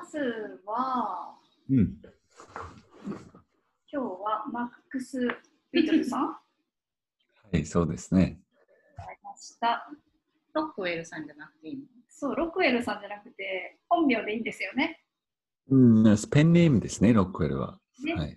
ずは、 うん。 今日はマックス・ウィトルさんはい、そうですね。 会いました。 ロックウェルさんじゃなくていいの？ そう、ロックウェルさんじゃなくて、本名でいいんですよね。 うん、ペンネームですね、ロックウェルは。 ね。 はい。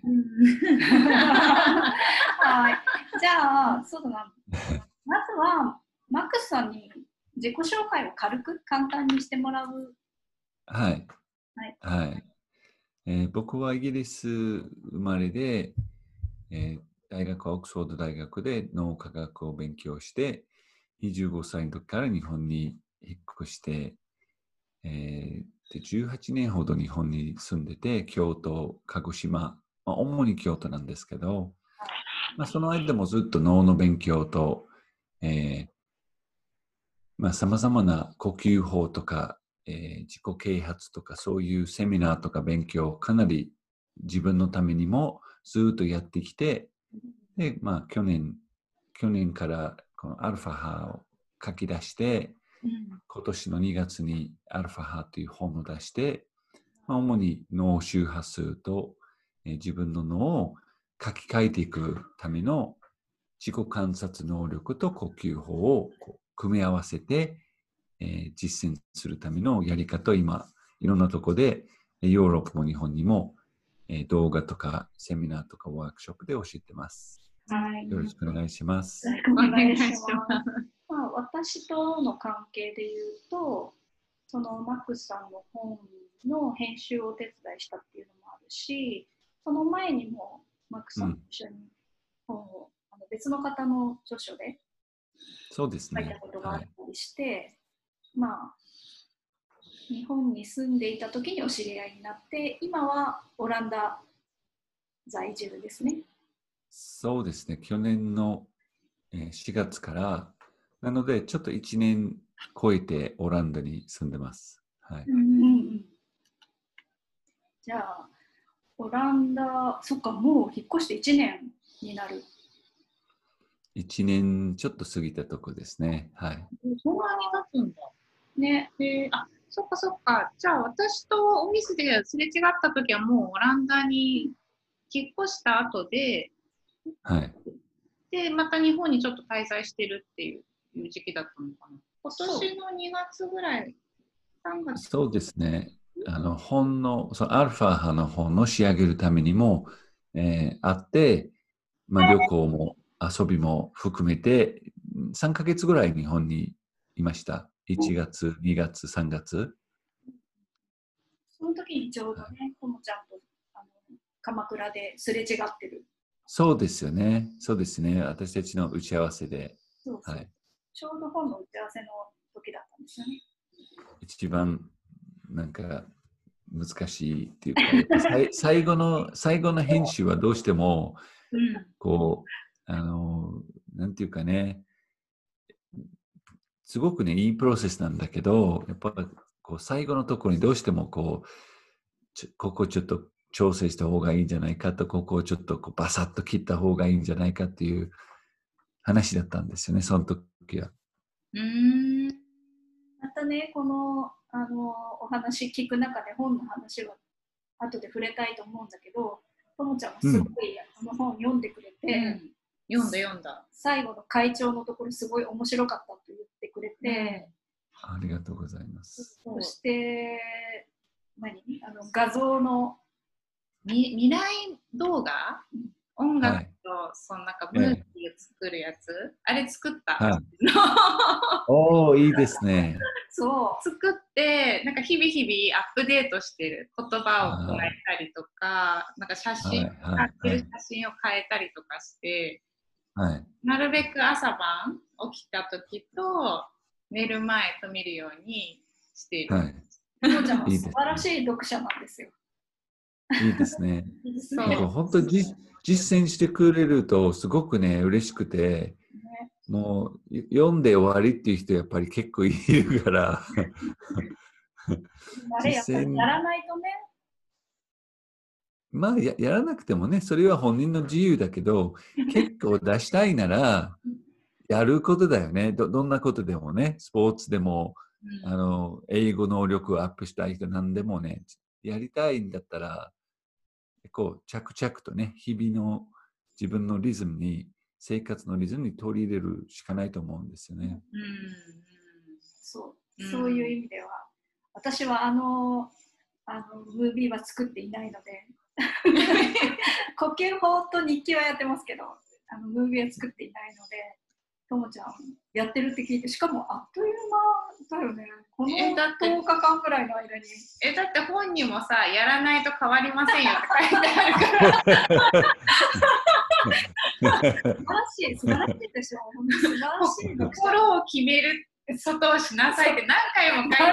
はい。じゃあ、そうだな。まずは、マックスさんに自己紹介を軽く、簡単にしてもらう。 はい。 はい。 はい。僕はイギリス生まれで、大学はオックスフォード大学で脳科学を勉強して、25歳の時から日本に引っ越して、で18年ほど日本に住んでて、京都、鹿児島、主に京都なんですけど、その間もずっと脳の勉強と、さまざまな呼吸法とか、自己啓発とかそういうセミナーとか勉強をかなり自分のためにもずっとやってきて、で、去年からこのアルファ波を書き出して、今年の2月にアルファ波という本を出して、主に脳周波数と、自分の脳を書き換えていくための自己観察能力と呼吸法を組み合わせて、実践するためのやり方を今、いろんなところで、ヨーロッパも日本にも、動画とかセミナーとかワークショップで教えてます。 はい。 よろしくお願いします。 よろしくお願いします。私との関係で言うと、そのマックスさんの本の編集をお手伝いしたっていうのもあるし、その前にもマックスさんと一緒に本を、別の方の著書でそうですね。 書いたことがあったりして、日本に住んでいた時にお知り合いになって、今はオランダ在住ですね。 そうですね。去年の4月から、なのでちょっと1年超えてオランダに住んでます。はい。 じゃあ、オランダ、そっか、もう引っ越して1年になる。 1年ちょっと過ぎたとこですね。はい。 そんなに経つんだ。 ね。 そっかそっか。じゃあ私とオフィスですれ違った時はもうオランダに引っ越した後で、 はい。 で、また日本にちょっと滞在してるっていう時期だったのかな。今年の2月ぐらい、3月。 そうですね。本の、そのアルファ波の本の仕上げるためにも、あって、旅行も遊びも含めて、3ヶ月ぐらい日本にいました。1月、2月、3月。 その時にちょうどね、ともちゃんと鎌倉ですれ違ってる。 そうですよね。そうですね。私たちの打ち合わせで。 そうそう。はい、ちょうど本の打ち合わせの時だったんですよね。 一番なんか難しいっていうか、やっぱ最後の編集はどうしても、こう、なんていうかね、すごくね、いいプロセスなんだけど、やっぱこう最後のところにどうしてもここちょっと調整した方がいいんじゃないかと、ここをちょっとバサッと切った方がいいんじゃないかっていう話だったんですよね、その時は。 またね、この、お話聞く中で本の話は後で触れたいと思うんだけど、ともちゃんがすごい、本読んでくれて、 読んだ。 最後の会長のところすごい面白かったと言ってくれて、 ありがとうございます。 そして画像の未来動画、音楽とそのなんかムービーを作るやつ、あれ作った。 おー、いいですね。 そう作ってなんか日々アップデートしてる、言葉を変えたりとか、なんか写真使ってる写真を変えたりとかして、なるべく朝晩起きた時と寝る前と見るようにしている。 ともちゃんは素晴らしい読者なんですよ。 いいですね。なんか本当に実践してくれるとすごくね、嬉しくて、もう読んで終わりっていう人やっぱり結構いるから。 実践やらないとね。 やらなくてもね、それは本人の自由だけど、結構出したいなら、やることだよね。どんなことでもね、スポーツでも、英語能力をアップしたい人なんでもね、 やりたいんだったら、こう着々とね、日々の自分のリズムに、生活のリズムに取り入れるしかないと思うんですよね。 そういう意味では、私はムービーは作っていないので呼吸法と日記はやってますけど、ムービーは作っていないので、ともちゃんやってるって聞いて、しかもあっという間だよね。この10日間ぐらいの間に。 だって本にもさ、やらないと変わりませんよって書いてあるから。 素晴らしいでしょ。素晴らしい。 心を決めることをしなさいって何回も書いてある。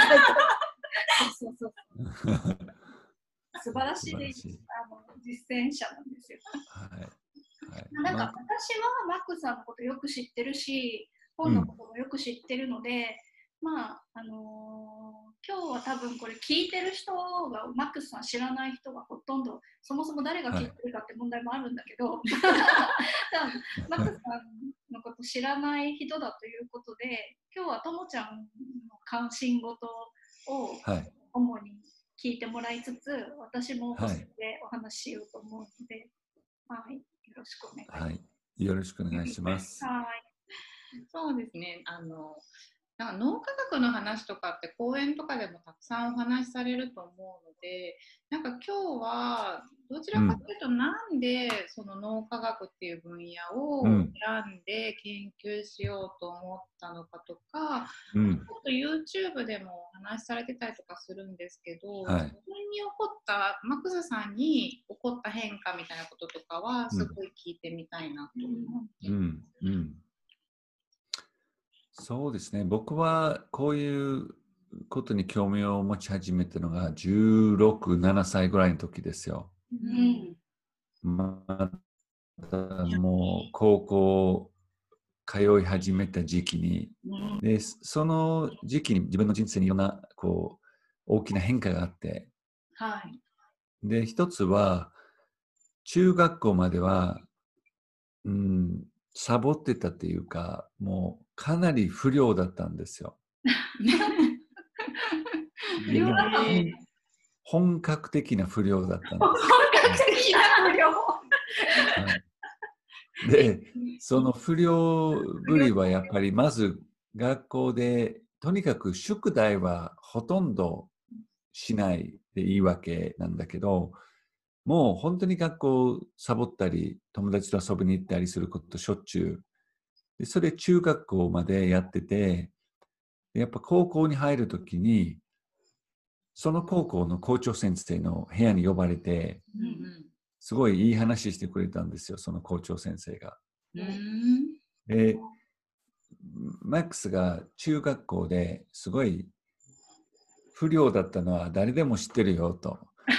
そう素晴らしい実践者なんですよ。なんか私はマックさんのことよく知ってるし、本のこともよく知ってるので、まあ今日は多分これ聞いてる人がマックスさん知らない人がほとんど、そもそも誰が聞いてるかって問題もあるんだけど、マックスさんのこと知らない人だということで、今日はともちゃんの関心事を主に聞いてもらいつつ、私もここでお話ししようと思うので、はい、よろしくお願いします。 はい、よろしくお願いします。 はい、そうですね。なんか脳科学の話とかって講演とかでもたくさんお話しされると思うので、なんか今日はどちらかというと、なんでその脳科学っていう分野を選んで研究しようと思ったのかとか、ちょっと YouTube でもお話しされてたりとかするんですけど、自分に起こったマクスさんに起こった変化みたいなこととかはすごい聞いてみたいなと思っています。 そうですね。僕はこういうことに興味を持ち始めたのが16、7歳ぐらいの時ですよ。またもう高校通い始めた時期に、でその時期に自分の人生にいろんなこう大きな変化があって、で一つは中学校までは、サボってたっていうか、もうかなり不良だったんですよ。本格的な不良だったんです。 本格的な不良、 で、その不良ぶりはやっぱりまず学校でとにかく宿題はほとんどしないでいいわけなんだけど、もう本当に学校サボったり友達と遊びに行ったりすることしょっちゅうで、それ中学校までやってて、やっぱ高校に入るときにその高校の校長先生の部屋に呼ばれて、すごいいい話してくれたんですよ、その校長先生が。で、マックスが中学校ですごい不良だったのは誰でも知ってるよと。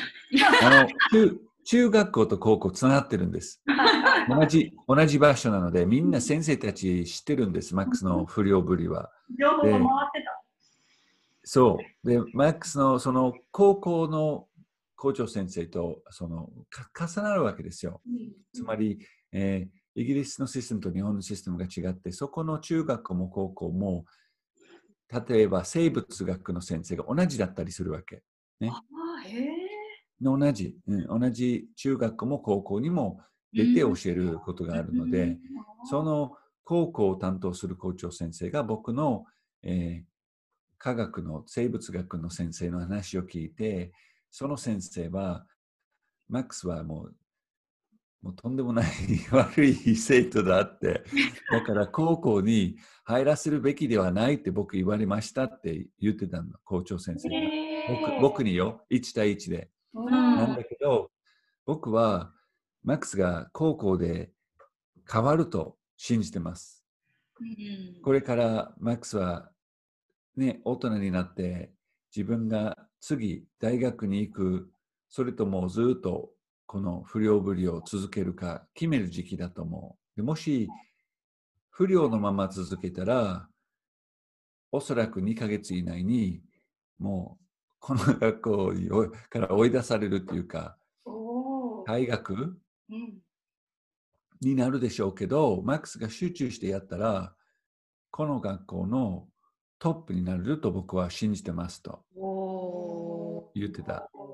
中学校と高校つながってるんです。同じ場所なので、みんな先生たち知ってるんです、マックスの不良ぶりは。 情報が回ってた。 そう。で、マックスのその高校の校長先生と重なるわけですよ。つまり、イギリスのシステムと日本のシステムが違って、そこの中学校も高校も、例えば生物学の先生が同じだったりするわけ。ね、同じ中学校も高校にも出て教えることがあるので、その高校を担当する校長先生が僕の、科学の生物学の先生の話を聞いて、その先生はマックスはもうとんでもない悪い生徒だって、だから高校に入らせるべきではないって僕言われましたって言ってたの、校長先生が。僕によ、1対1で。なんだけど、僕はマックスが高校で変わると信じてます。これからマックスはね、大人になって自分が次大学に行く、それともずっとこの不良ぶりを続けるか決める時期だと思う。でもし不良のまま続けたら、おそらく2ヶ月以内にもうこの学校から追い出されるというか、退学になるでしょうけど、マックスが集中してやったら、この学校のトップになると僕は信じてますと言ってた。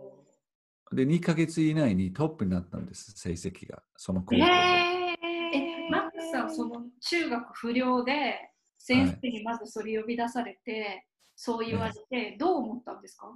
で、2ヶ月以内にトップになったんです、成績が。その高校で。 マックさん、その中学不良で、先生にまずそれ呼び出されて、そう言われて、どう思ったんですか？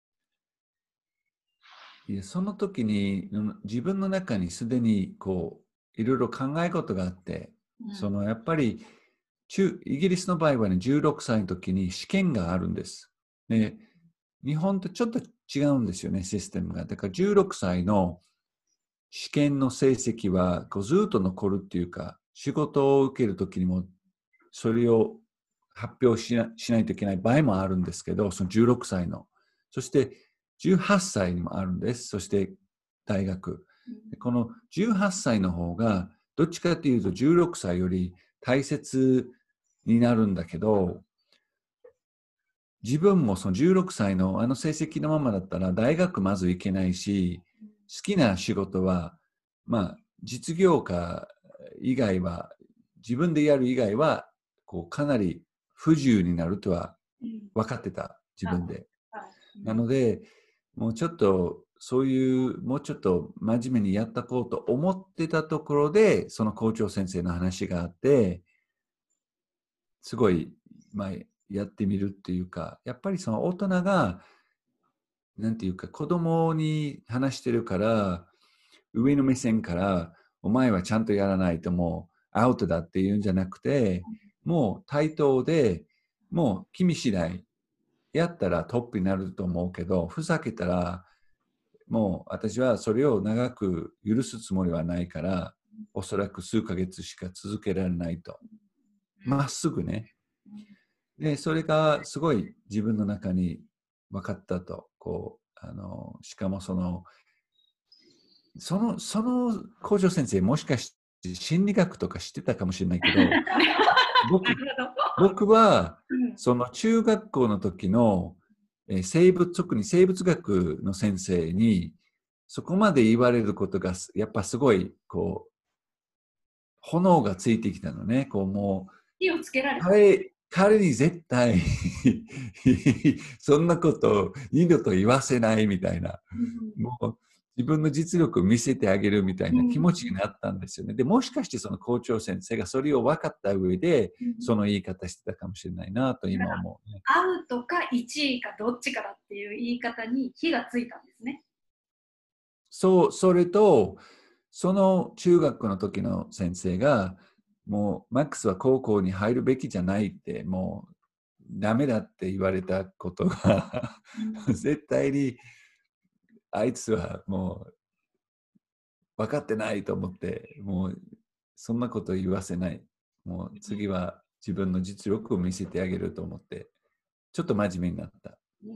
いや、その時に自分の中にすでにこういろいろ考え事があって、やっぱりイギリスの場合はね、16歳の時に試験があるんです。で、日本とちょっと違うんですよね、システムが。だから16歳の試験の成績はこうずっと残るっていうか、仕事を受ける時にもそれを発表しないといけない場合もあるんですけど、その16歳の。そして18歳にもあるんです。そして大学。この18歳の方が、どっちかというと16歳より大切になるんだけど、自分もその16歳のあの成績のままだったら大学まず行けないし、好きな仕事は、まあ、実業家以外は、自分でやる以外は、こうかなり不自由になるとは分かってた、自分で。なので、もうちょっと、そういう、もうちょっと真面目にやったこうと思ってたところで、その校長先生の話があって、すごい、まあ、やってみるっていうか、やっぱりその大人が、なんていうか、子供に話してるから、上の目線から、お前はちゃんとやらないともうアウトだっていうんじゃなくて、もう対等で、もう君次第、やったらトップになると思うけど、ふざけたら、もう私はそれを長く許すつもりはないから、おそらく数ヶ月しか続けられないと。まっすぐね。で、それがすごい自分の中に分かったと。しかもその校長先生、もしかして心理学とか知ってたかもしれないけど、僕は、その中学校の時の特に生物学の先生に、そこまで言われることが、やっぱすごい、こう、炎がついてきたのね。こう、もう、 火をつけられた。 彼に絶対そんなことを二度と言わせないみたいな、もう自分の実力を見せてあげるみたいな気持ちになったんですよね。で、もしかしてその校長先生がそれを分かった上で、その言い方してたかもしれないなと今思う、ね。 アウトか1位かどっちかだっていう言い方に火がついたんですね。 それと、その中学の時の先生が、もうマックスは高校に入るべきじゃないって、もうダメだって言われたことが絶対にあいつはもう分かってないと思って、もうそんなこと言わせない。もう次は自分の実力を見せてあげると思って、ちょっと真面目になった。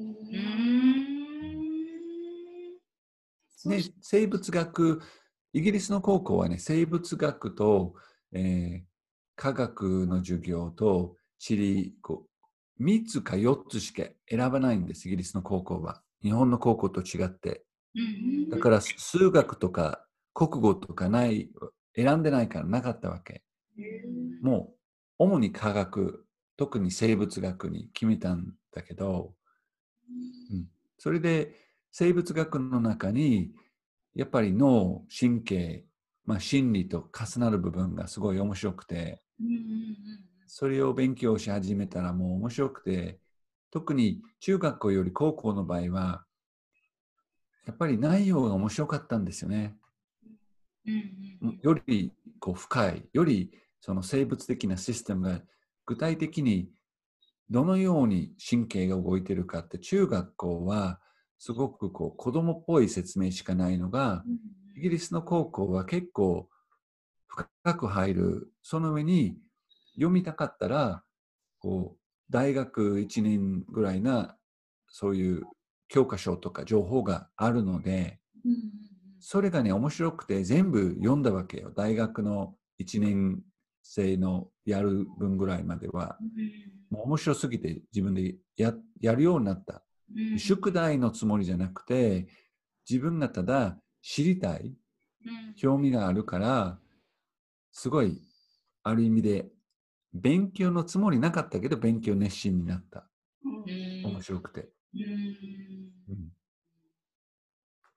で、生物学、イギリスの高校はね、生物学と、科学の授業と地理、3つか4つしか選ばないんです、イギリスの高校は。日本の高校と違って。だから数学とか国語とか選んでないからなかったわけ。もう、主に科学、特に生物学に決めたんだけど、それで生物学の中に、やっぱり脳、神経、心理と重なる部分がすごい面白くて、それを勉強し始めたらもう面白くて、特に中学校より高校の場合は、やっぱり内容が面白かったんですよね。より深い、よりその生物的なシステムが具体的にどのように神経が動いているかって、中学校はすごく子供っぽい説明しかないのが、イギリスの高校は結構深く入る。その上に読みたかったら、大学1年ぐらいなそういう教科書とか情報があるので、それがね、面白くて全部読んだわけよ。大学の1年生のやる分ぐらいまでは。もう面白すぎて自分でやるようになった。宿題のつもりじゃなくて、自分がただ知りたい、興味があるから、すごい、ある意味で、勉強のつもりなかったけど、勉強熱心になった。面白くて。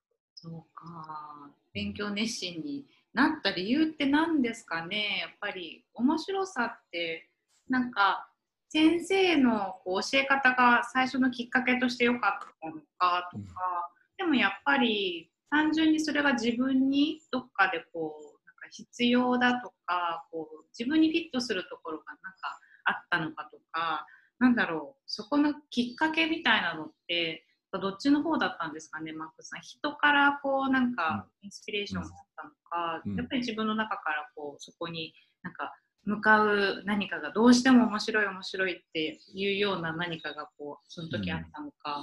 そうか。勉強熱心になった理由って何ですかね。やっぱり面白さってなんか先生のこう教え方が最初のきっかけとして良かったのかとか、でもやっぱり単純にそれが自分にどっかでこうなんか必要だとか、こう自分にフィットするところがなんかあったのかとか、なんだろう、そこのきっかけみたいなのってどっちの方だったんですかね、マックスさん。人からこうなんかインスピレーションがあったのか、やっぱり自分の中からこうそこになんか向かう何かがどうしても面白い面白いっていうような何かがこうその時あったのか。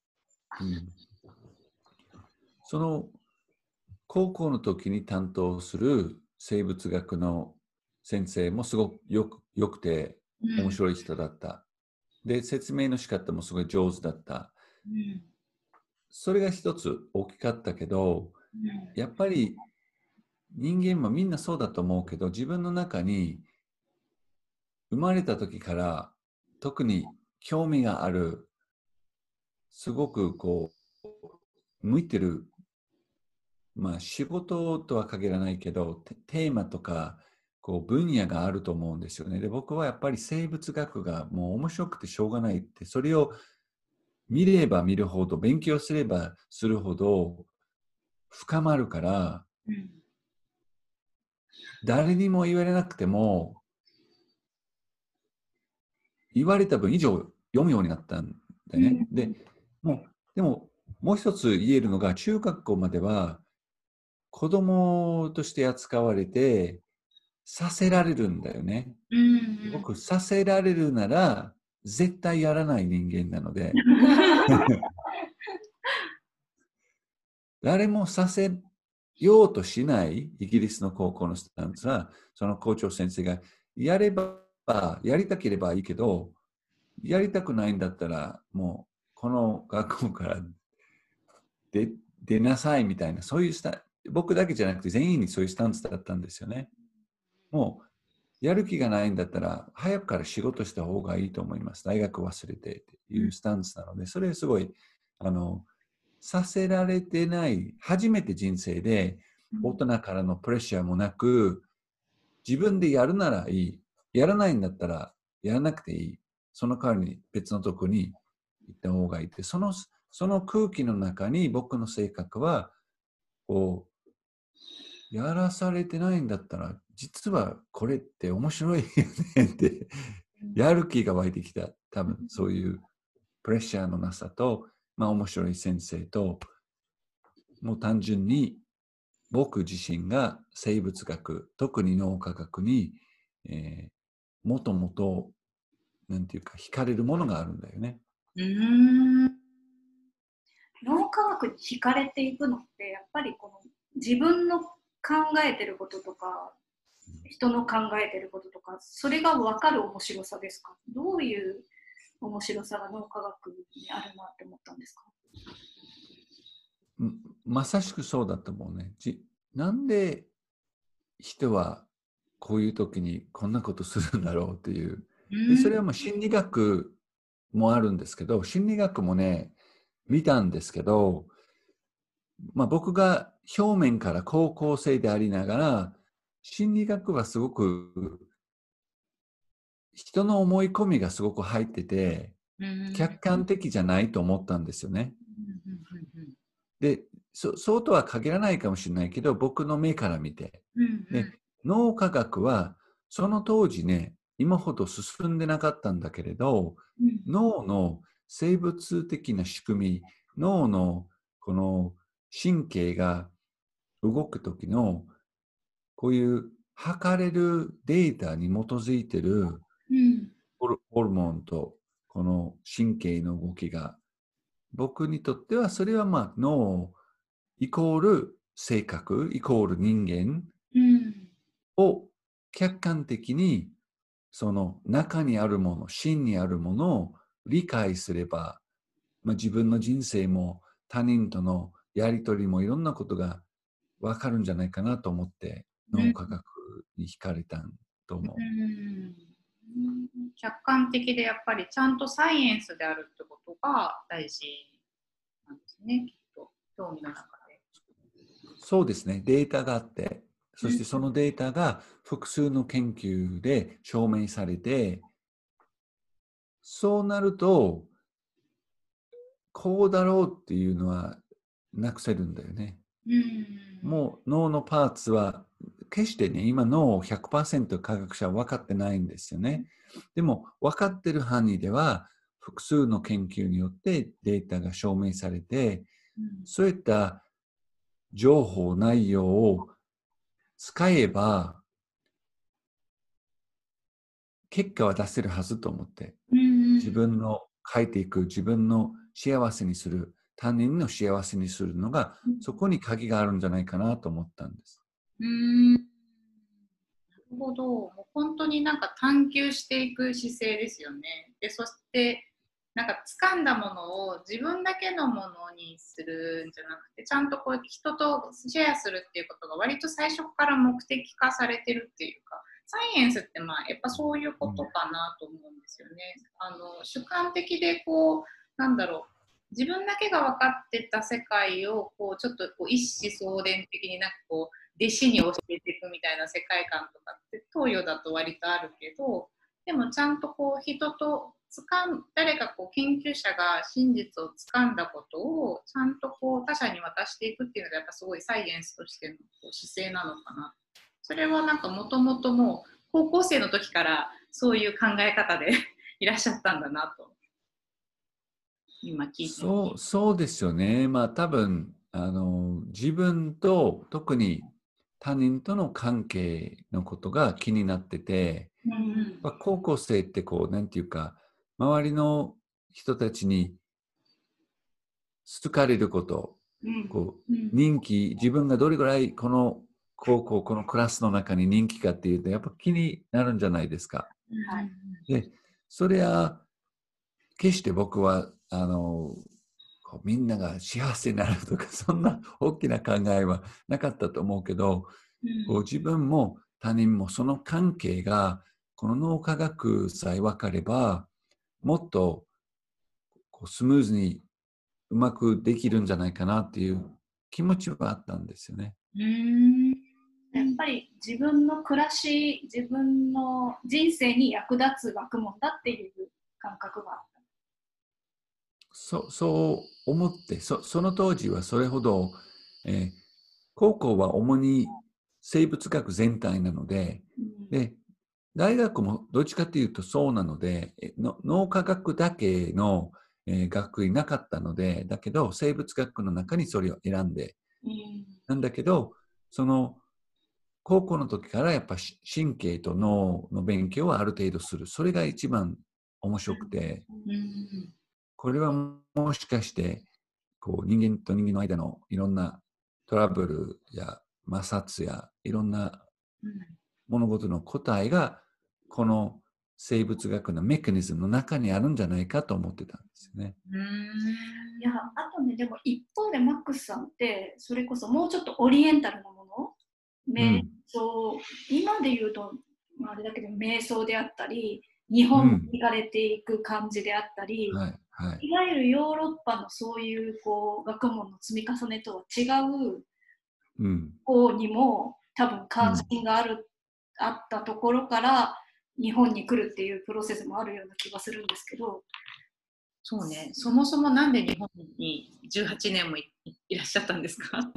その高校の時に担当する生物学の先生もすごくよくて面白い人だった。で、説明の仕方もすごい上手だった。それが一つ大きかったけど、やっぱり人間はみんなそうだと思うけど、自分の中に生まれた時から特に興味がある、すごくこう、向いてる、まあ仕事とは限らないけど、テーマとかこう分野があると思うんですよね。で、僕はやっぱり生物学がもう面白くてしょうがないって、それを見れば見るほど、勉強すればするほど深まるから、誰にも言われなくても、言われた分以上読むようになったんだよね。でも、もう一つ言えるのが、中学校までは子供として扱われて、させられるんだよね。僕、させられるなら、絶対やらない人間なので、誰もさせようとしないイギリスの高校のスタンスは、その校長先生がやれば、やりたければいいけど、やりたくないんだったら、もうこの学校から出なさいみたいな、そういう僕だけじゃなくて全員にそういうスタンスだったんですよね。もうやる気がないんだったら、早くから仕事した方がいいと思います。大学忘れてっていうスタンスなので、それすごい、させられてない、初めて人生で大人からのプレッシャーもなく、自分でやるならいい。やらないんだったらやらなくていい。その代わりに別のとこに行った方がいいって、その空気の中に僕の性格は、こう、やらされてないんだったら、実はこれって面白いよねって、やる気が湧いてきた。多分そういうプレッシャーのなさと、まあ面白い先生と、もう単純に僕自身が生物学、特に脳科学に、もともと、なんていうか、惹かれるものがあるんだよね。 脳科学に惹かれていくのって、やっぱりこの自分の考えてることとか、人の考えてることとか、それが分かる面白さですか？どういう面白さが脳科学にあるなって思ったんですか？ まさしくそうだと思うね。なんで人はこういう時にこんなことするんだろうっていう。で、それはもう心理学もあるんですけど、心理学もね、見たんですけど、まあ、僕が表面から高校生でありながら、心理学はすごく人の思い込みがすごく入ってて、客観的じゃないと思ったんですよね。で、そうとは限らないかもしれないけど、僕の目から見て。で、脳科学はその当時ね、今ほど進んでなかったんだけれど、脳の生物的な仕組み、脳のこの神経が動くときのこういう測れるデータに基づいてるホルモンとこの神経の動きが、僕にとってはそれはまあ脳イコール性格イコール人間を客観的にその中にあるもの、真にあるものを理解すれば、まあ、自分の人生も他人とのやりとりもいろんなことが分かるんじゃないかなと思って脳科学に惹かれたと思う。 客観的でやっぱりちゃんとサイエンスであるってことが大事なんですね、きっと興味の中で。 そうですね。データがあって、そしてそのデータが複数の研究で証明されて、そうなると、こうだろうっていうのはなくせるんだよね。もう脳のパーツは、決してね、今脳を 100% 科学者は分かってないんですよね。でも、分かってる範囲では、複数の研究によってデータが証明されて、そういった情報内容を使えば、結果は出せるはずと思って、自分の書いていく、自分の幸せにする、他人の幸せにするのが、そこに鍵があるんじゃないかなと思ったんです。 なるほど。もう本当になんか探求していく姿勢ですよね。で、そしてなんか掴んだものを自分だけのものにするんじゃなくて、ちゃんとこう人とシェアするっていうことが割と最初から目的化されてるっていうか、サイエンスってまあやっぱそういうことかなと思うんですよね。主観的でこうなんだろう。自分だけが分かってた世界をこうちょっとこう一子相伝的になんかこう弟子に教えていくみたいな世界観とかって東洋だと割とあるけど、でもちゃんとこう人と誰かこう研究者が真実をつかんだことをちゃんとこう他者に渡していくっていうのがやっぱすごいサイエンスとしてのこう姿勢なのかな。それはなんかもともともう高校生の時からそういう考え方でいらっしゃったんだなと今聞いてそうですよね。まあ多分自分と特に他人との関係のことが気になってて、高校生ってこうなんていうか周りの人たちに好かれること、こう人気、自分がどれぐらいこの高校このクラスの中に人気かっていうとやっぱ気になるんじゃないですか。でそれは決して僕はみんなが幸せになるとかそんな大きな考えはなかったと思うけど、こう自分も他人もその関係がこの脳科学さえ分かればもっとこうスムーズにうまくできるんじゃないかなっていう気持ちはあったんですよね。 やっぱり自分の暮らし、自分の人生に役立つ学問だっていう感覚があった。 そう思ってその当時はそれほど、高校は主に生物学全体なので、で大学もどっちかというとそうなので脳科学だけの、学位なかったので、だけど生物学の中にそれを選んで、なんだけどその高校の時からやっぱ神経と脳の勉強はある程度する。それが一番面白くて、これはもしかしてこう人間と人間の間のいろんなトラブルや摩擦やいろんな物事の答えがこの生物学のメカニズムの中にあるんじゃないかと思ってたんですよね。 いや、あとね、でも一方でマックスさんってそれこそもうちょっとオリエンタルなもの、瞑想、今で言うとあれだけど瞑想であったり日本に行かれていく感じであったり、いわゆるヨーロッパのそういう、こう学問の積み重ねとは違う方にも多分関心があったところから日本に来るっていうプロセスもあるような気がするんですけど。 そうね、そもそもなんで日本に18年も いらっしゃったんですか？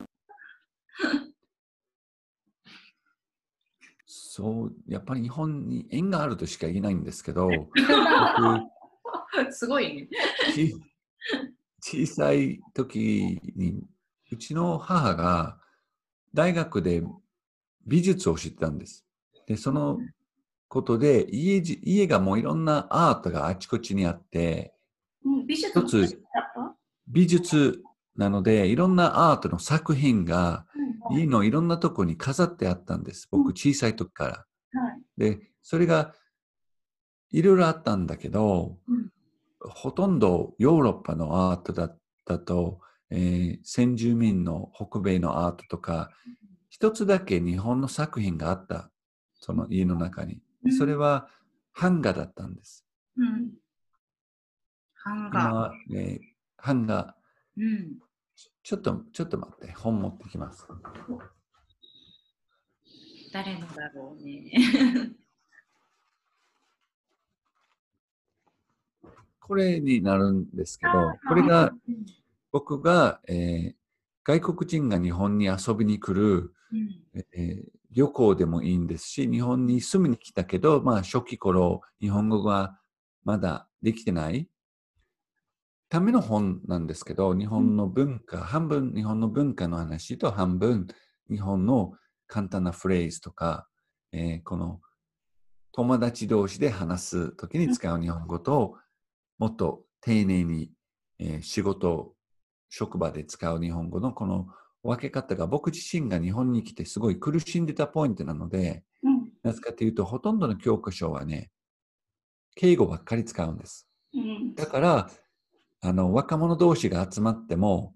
そうやっぱり日本に縁があるとしか言えないんですけど僕すごいね小さい時にうちの母が大学で美術を知ってたんです。でそのことで家がもういろんなアートがあちこちにあって、一つ美術なのでいろんなアートの作品が家のいろんなところに飾ってあったんです。僕小さい時から。でそれがいろいろあったんだけど、ほとんどヨーロッパのアートだったと、先住民の北米のアートとか、一つだけ日本の作品があった、その家の中に。それは版画だったんです。 版画。 版画。 ちょっと待って、本持ってきます。 誰のだろうね。 これになるんですけど、これが僕が、外国人が日本に遊びに来る、旅行でもいいんですし、日本に住みに来たけど、まあ初期頃日本語がまだできてないための本なんですけど、日本の文化、半分日本の文化の話と半分日本の簡単なフレーズとか、この友達同士で話すときに使う日本語と、もっと丁寧に、仕事、職場で使う日本語のこの分け方が僕自身が日本に来てすごい苦しんでたポイントなので、なぜかというとほとんどの教科書はね、敬語ばっかり使うんです。だから、若者同士が集まっても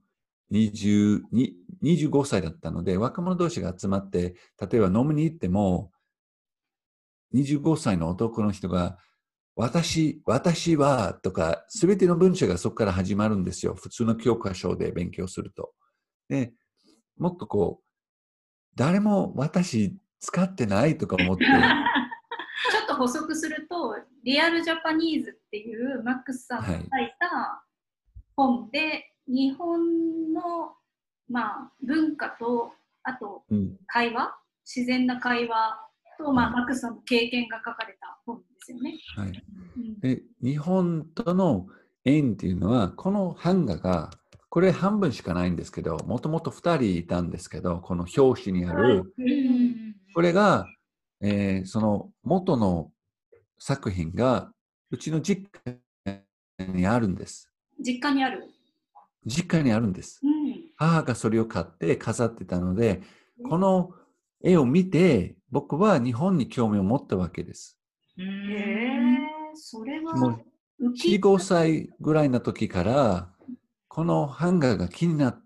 25歳だったので、若者同士が集まって、例えば飲みに行っても、25歳の男の人が、私はとか、すべての文章がそこから始まるんですよ。普通の教科書で勉強すると。で、もっとこう、誰も私使ってないとか思って。ちょっと補足すると、リアルジャパニーズっていうマックスさんが書いた本で、日本の、まあ、文化と、あと会話、自然な会話と、まあ、マックスさんの経験が書かれた本ですよね。 はい。で、日本との縁っていうのは、この版画が、これ半分しかないんですけど、もともと2人いたんですけど、この表紙にある、これが、その元の作品が、うちの実家にあるんです。 実家にある？ 実家にあるんです。母がそれを買って飾ってたので、この絵を見て、僕は日本に興味を持ったわけです。 それはもう4、5歳ぐらいの時から、この版画が気になって、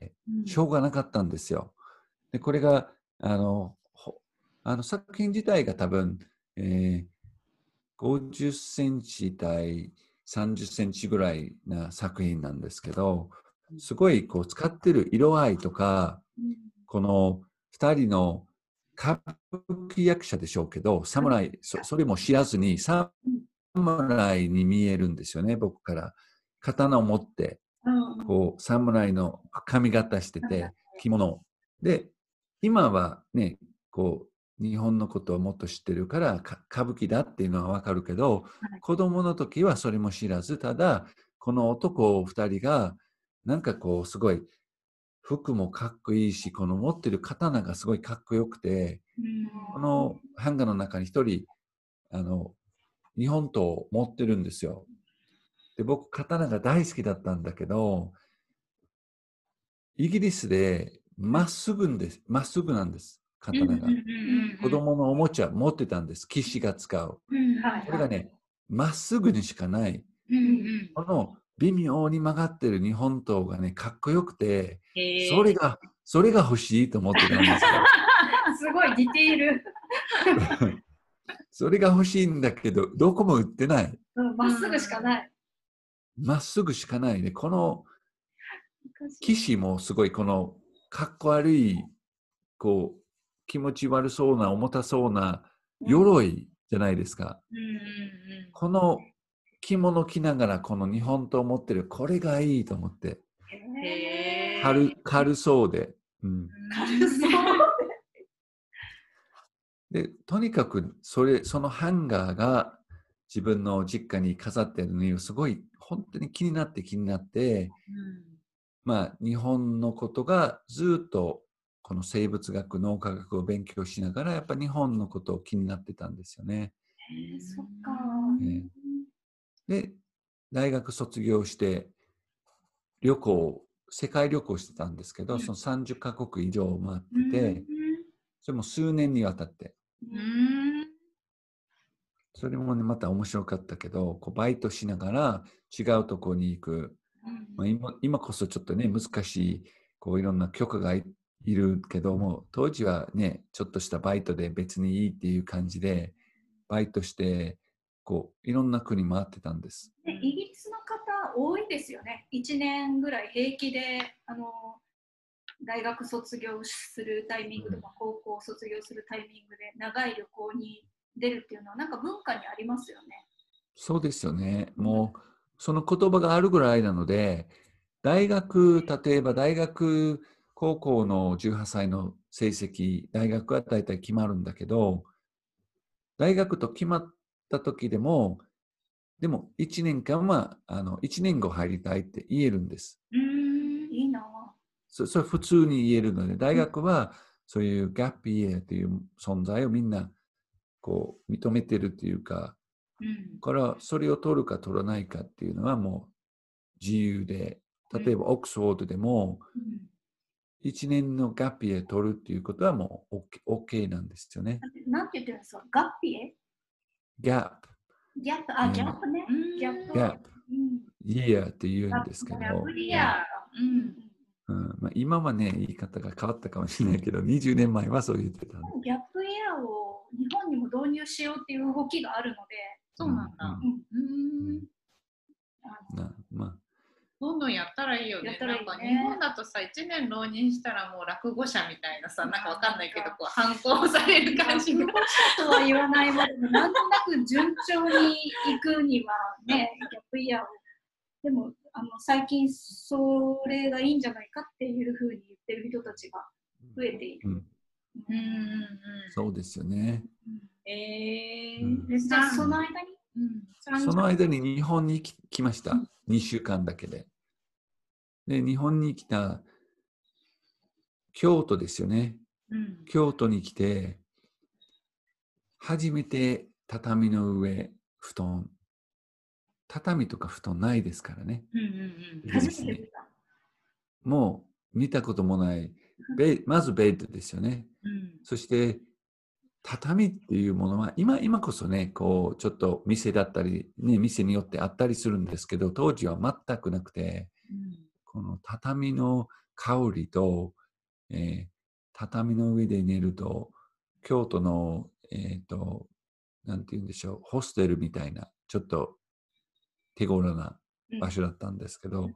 しょうがなかったんですよ。で、これが、作品自体が多分、50センチ対30センチぐらいな作品なんですけど、すごいこう使ってる色合いとか、この2人の歌舞伎役者でしょうけど、侍、それも知らずに侍に見えるんですよね、僕から。刀を持って、こう、侍の髪型してて、着物。で、今はね、こう、日本のことをもっと知ってるから、歌舞伎だっていうのはわかるけど、子供の時はそれも知らず、ただ、この男2人が、なんかこう、すごい、服もかっこいいし、この持ってる刀がすごいかっこよくて、この版画の中に一人、日本刀を持ってるんですよ。で、僕、刀が大好きだったんだけど、イギリスでまっすぐなんです、刀が。子供のおもちゃ持ってたんです、騎士が使う。これがね、まっすぐにしかない。この微妙に曲がってる日本刀がね、かっこよくて、それが欲しいと思ってたんですよ。 すごいディテール。 それが欲しいんだけど、どこも売ってない。 まっすぐしかない。 まっすぐしかないね。この騎士もすごいこのかっこ悪い、こう、気持ち悪そうな、重たそうな鎧じゃないですか。この着物着ながらこの日本刀を持ってる、これがいいと思って。軽そうで。 軽そうで、とにかくそのハンガーが自分の実家に飾ってるのをすごい本当に気になって、まあ日本のことがずっとこの生物学、脳科学を勉強しながらやっぱ日本のことを気になってたんですよね。 そっか。 で、大学卒業して世界旅行してたんですけど、その30カ国以上回ってて、それも数年にわたって。それもね、また面白かったけど、こうバイトしながら違うところに行く。まあ、今こそちょっとね、難しい、こういろんな許可がいるけども、当時はね、ちょっとしたバイトで別にいいっていう感じで、バイトして、こう、いろんな国回ってたんです。 イギリスの方多いですよね。1年ぐらい平気で大学卒業するタイミングとか、高校卒業するタイミングで長い旅行に出るっていうのはなんか文化にありますよね。 そうですよね。もうその言葉があるぐらいなので、例えば大学、高校の18歳の成績、大学は大体決まるんだけど、大学と決まった時でも1年間は1年後入りたいって言えるんです。 いいな。 それ普通に言えるので、大学はそういうギャップイヤーという存在をみんなこう認めてるというか、からそれを取るか取らないかっていうのはもう自由で、例えばオックスフォードでも1年のギャップイヤー取るっていうことはもう OK なんですよね。 なんて言ってるんですか？ガッピエ？ ギャップ。 ギャップ、ギャップね。ギャップ。 ギャップ。イヤーって言うんですけど、今はね、言い方が変わったかもしれないけど、20年前はそう言ってた。 ギャップイヤーを日本にも導入しようっていう動きがあるので、 そうなんだ。どんどんやったらいいよね。なんか日本だとさ、1年浪人したらもう落語者みたいなさ、なんかわかんないけど、こう反抗される感じが。 落語者とは言わないまでも、なんとなく順調に行くにはね、ギャップイヤーを。でも最近それがいいんじゃないかっていうふうに言ってる人たちが増えている。 そうですよね。 じゃあその間に日本に来ました。2週間だけで。で、日本に来た京都ですよね。京都に来て、初めて畳の上、布団。畳とか布団ないですからね。もう見たこともない。まずベッドですよね。そして、畳っていうものは今こそね、こうちょっと店だったり、ね、店によってあったりするんですけど、当時は全くなくて、この畳の香りと、畳の上で寝ると、京都の、なんて言うんでしょう、ホステルみたいな、ちょっと手頃な場所だったんですけど、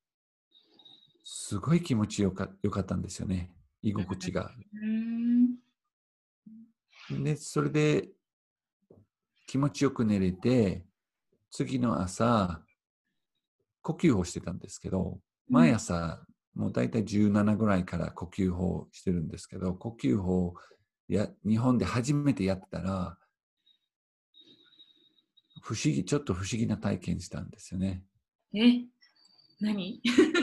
すごい気持ちよかったんですよね、居心地が。で、それで気持ちよく寝れて、次の朝、呼吸法してたんですけど、毎朝、もう大体17ぐらいから呼吸法してるんですけど、呼吸法日本で初めてやったら、ちょっと不思議な体験したんですよね。 何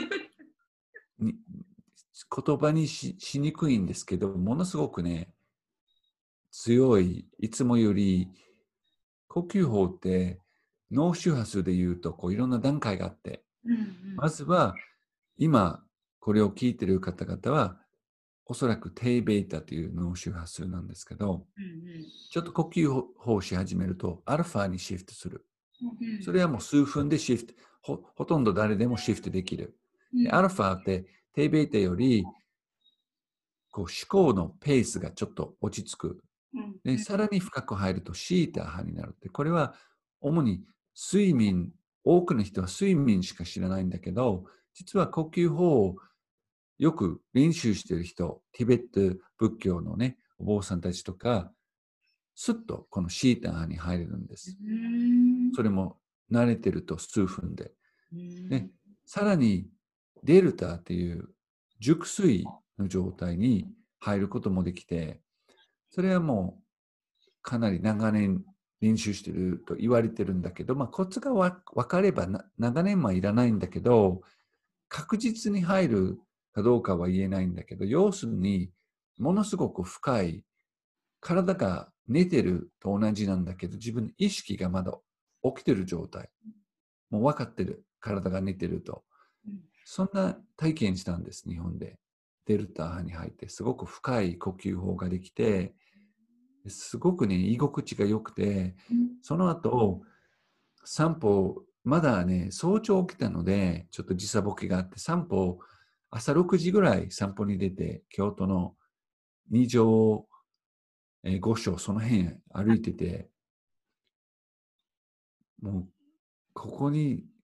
言葉に しにくいんですけど、ものすごくね、強い、いつもより、呼吸法って脳周波数でいうとこういろんな段階があって、まずは今これを聞いている方々はおそらく低ベータという脳周波数なんですけど、ちょっと呼吸法をし始めるとアルファにシフトする。それはもう数分でシフト、ほとんど誰でもシフトできる。アルファって低ベータよりこう思考のペースがちょっと落ち着く。で、さらに深く入るとシータ派になるって、これは主に多くの人は睡眠しか知らないんだけど、実は呼吸法をよく練習している人、ティベット仏教のね、お坊さんたちとか、すっとこのシータ派に入れるんです。それも慣れてると数分で。で、さらにデルタっていう熟睡の状態に入ることもできて、それはもうかなり長年練習してると言われてるんだけど、コツが分かれば長年はいらないんだけど、確実に入るかどうかは言えないんだけど、要するにものすごく深い、体が寝てると同じなんだけど、自分の意識がまだ起きてる状態。もう分かってる。体が寝てると。そんな体験したんです、日本で。デルタ派に入って、すごく深い呼吸法ができて、すごくね、居心地が良くて、その後、散歩、まだね、早朝起きたので、ちょっと時差ボケがあって、朝6時ぐらい散歩に出て、京都の二条、五所、その辺歩いてて、もう、ここに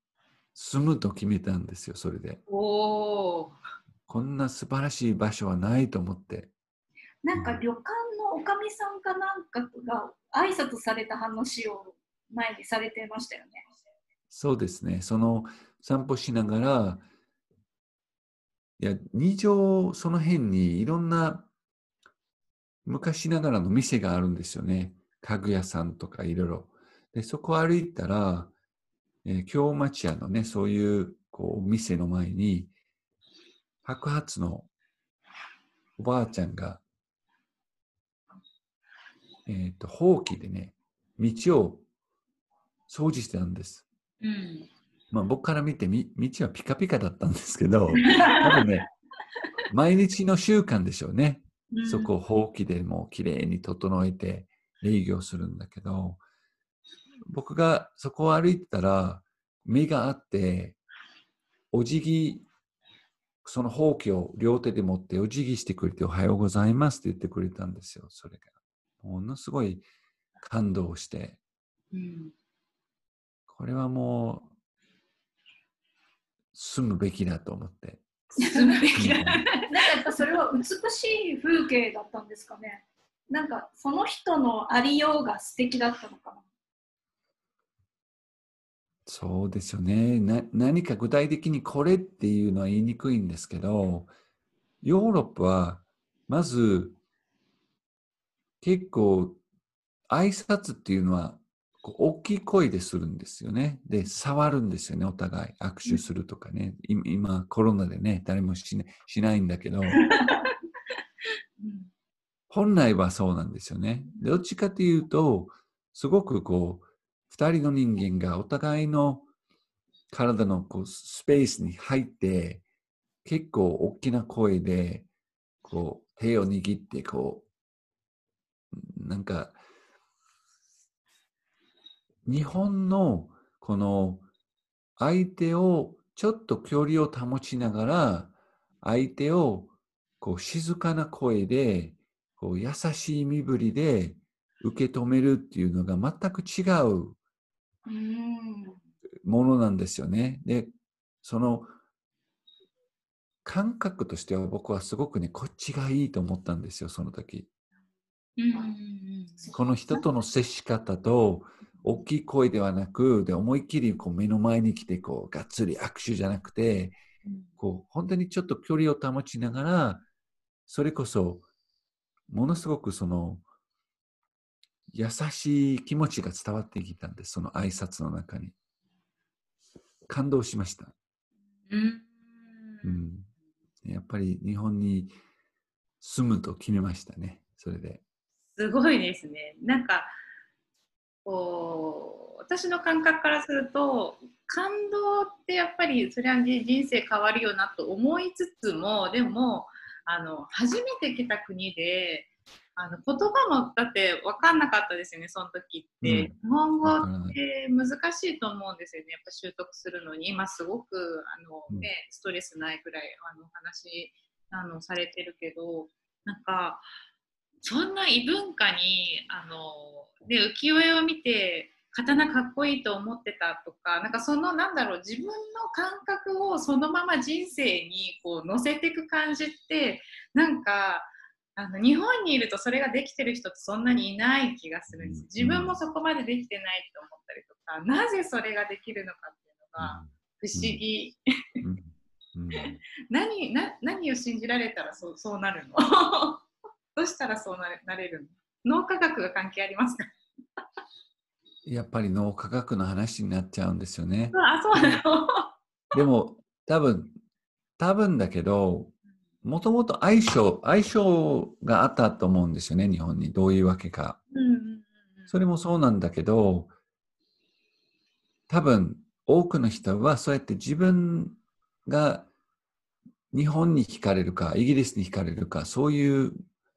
住むと決めたんですよ、それで。こんな素晴らしい場所はないと思って。 なんか旅館のおかみさんかなんかが挨拶された話を前にされてましたよね。 そうですね。その散歩しながら、いや、二条その辺にいろんな昔ながらの店があるんですよね。家具屋さんとかいろいろ。で、そこ歩いたら、京町屋のね、そういうこう店の前に、白髪のおばあちゃんが、ほうきでね、道を掃除してたんです。まあ、僕から見て道はピカピカだったんですけど、多分ね、毎日の習慣でしょうね。そこをほうきでもうきれいに整えて営業するんだけど、僕がそこを歩いてたら目があって、お辞儀、そのほうきを両手で持ってお辞儀してくれておはようございますって言ってくれたんですよ。それがものすごい感動して、これはもう住むべきだと思って。 住むべきだ。 なんかやっぱそれは美しい風景だったんですかね。なんかその人のありようが素敵だったのかな。 そうですよね。何か具体的にこれっていうのは言いにくいんですけど、ヨーロッパはまず結構挨拶っていうのは大きい声でするんですよね。で、触るんですよね、お互い。握手するとかね。今、コロナでね、誰もしないんだけど、本来はそうなんですよね。どっちかというと、すごくこう、二人の人間がお互いの体のこうスペースに入って、結構大きな声で、こう、手を握って、こう、なんか、日本のこの相手をちょっと距離を保ちながら、相手をこう静かな声で、こう優しい身振りで受け止めるっていうのが全く違うものなんですよね。で、その感覚としては僕はすごくね、こっちがいいと思ったんですよ、その時。この人との接し方と、大きい声ではなく、で思いっきりこう目の前に来てこうがっつり握手じゃなくて、こう本当にちょっと距離を保ちながら、それこそものすごくその優しい気持ちが伝わってきたんです、その挨拶の中に。感動しました。やっぱり日本に住むと決めましたね、それで。 すごいですね。なんかこう私の感覚からすると感動ってやっぱりそれは人生変わるよなと思いつつも、でも初めて来た国で言葉もだって分かんなかったですよね、その時って。日本語って難しいと思うんですよね、やっぱ習得するのに。今すごくストレスないくらい話されてるけど、なんかそんな異文化にで浮世絵を見て刀かっこいいと思ってたとか、なんかそのなんだろう、自分の感覚をそのまま人生にこう乗せていく感じって、なんか日本にいるとそれができてる人ってそんなにいない気がするんです。自分もそこまでできてないと思ったりとか、なぜそれができるのかっていうのが不思議。何を信じられたらそうなるのどうしたらそうなれるの？脳科学が関係ありますか？ やっぱり脳科学の話になっちゃうんですよね。 そうなの？ でも多分だけど、もともと相性があったと思うんですよね、日本に。どういうわけか。それもそうなんだけど、多分多くの人はそうやって自分が日本に惹かれるか、イギリスに惹かれるか、そういう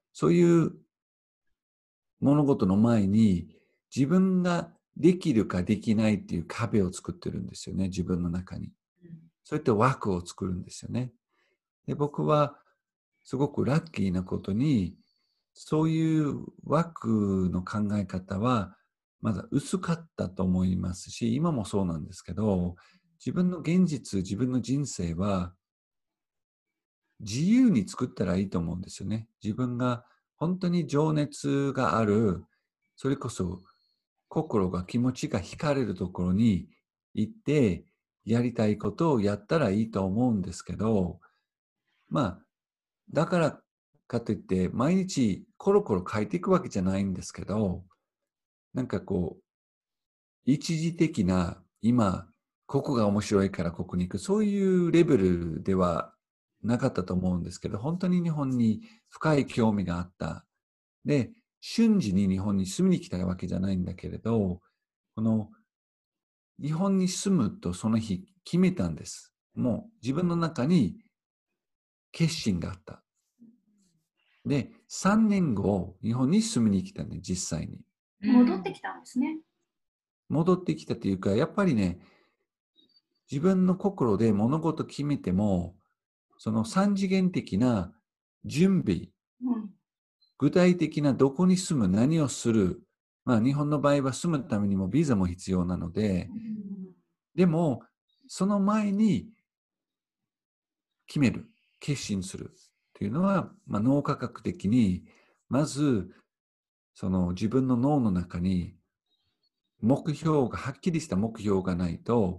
物事の前に自分ができるかできないっていう壁を作ってるんですよね、自分の中に。そうやって枠を作るんですよね。で、僕はすごくラッキーなことに、そういう枠の考え方はまだ薄かったと思いますし、今もそうなんですけど、 自分の現実、自分の人生は自由に作ったらいいと思うんですよね。自分が本当に情熱がある、それこそ心が気持ちが惹かれるところに行ってやりたいことをやったらいいと思うんですけど、まあだからかといって毎日コロコロ変えていくわけじゃないんですけど、なんかこう一時的な今ここが面白いからここに行く、そういうレベルではなかったと思うんですけど、本当に日本に深い興味があった。で、瞬時に日本に住みに来たわけじゃないんだけれど、この日本に住むとその日決めたんです。もう自分の中に決心があった。で、3年後、日本に住みに来たね、実際に。 戻ってきたんですね。 戻ってきたというか、やっぱりね、自分の心で物事決めても、その三次元的な準備、具体的などこに住む、何をする、まあ日本の場合は住むためにもビザも必要なので、でもその前に決める、決心するというのは、まあ、脳科学的にまずその自分の脳の中に目標がはっきりした目標がないと、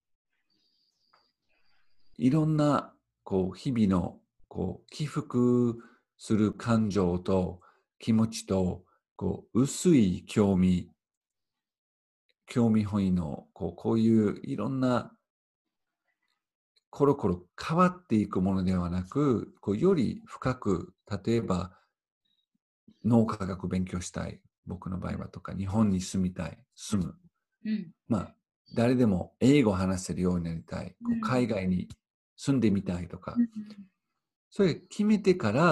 いろんなこう日々のこう起伏する感情と気持ちとこう薄い興味本位のこういういろんなコロコロ変わっていくものではなく、こうより深く、例えば脳科学勉強したい、僕の場合はとか、日本に住みたい、住む。まあ、誰でも英語を話せるようになりたい、こう海外に住んでみたいとか、それ決めてから、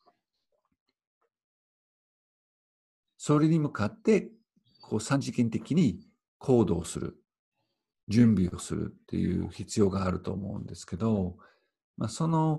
それに向かってこう三次元的に行動する、準備をするっていう必要があると思うんですけど、まあ、その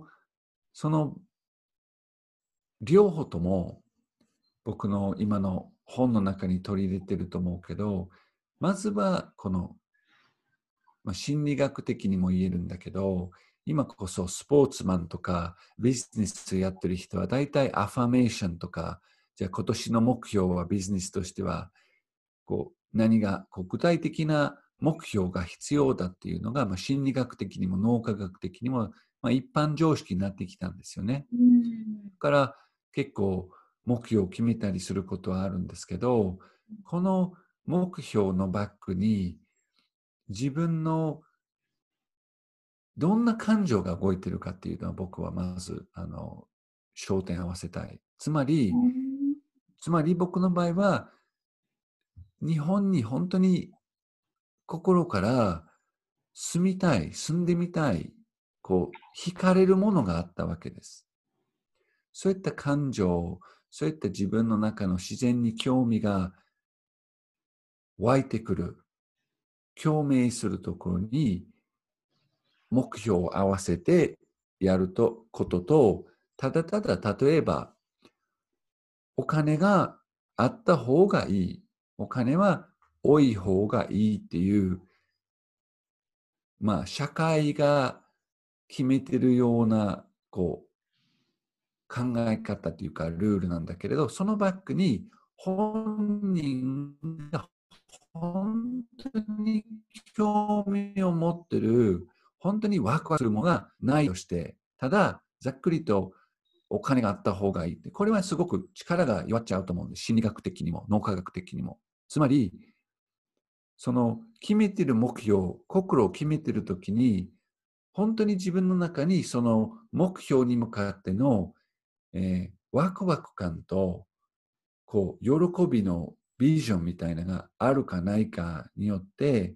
両方とも僕の今の本の中に取り入れてると思うけど、まずはこの、まあ、心理学的にも言えるんだけど、今こそスポーツマンとかビジネスやってる人は大体アファメーションとか、じゃあ今年の目標はビジネスとしてはこう何がこう具体的な目標が必要だっていうのが、まあ、心理学的にも脳科学的にも、まあ、一般常識になってきたんですよね。だから結構目標を決めたりすることはあるんですけど、この目標のバックに自分のどんな感情が動いているかっていうのは僕はまず焦点合わせたい。つまり僕の場合は日本に本当に心から住みたい、住んでみたい、こう惹かれるものがあったわけです。そういった感情、そういった自分の中の自然に興味が湧いてくる、共鳴するところに目標を合わせてやることと、ただただ例えばお金があった方がいい、お金は多い方がいいっていう、まあ社会が決めてるようなこう考え方というかルールなんだけれど、そのバックに本人が本当に興味を持ってる、本当にワクワクするものがないとして、ただざっくりとお金があった方がいいって、これはすごく力が弱っちゃうと思うんです。心理学的にも脳科学的にも。つまりその決めてる目標、心を決めてるときに本当に自分の中にその目標に向かってのワクワク感とこう喜びのビジョンみたいなのがあるかないかによって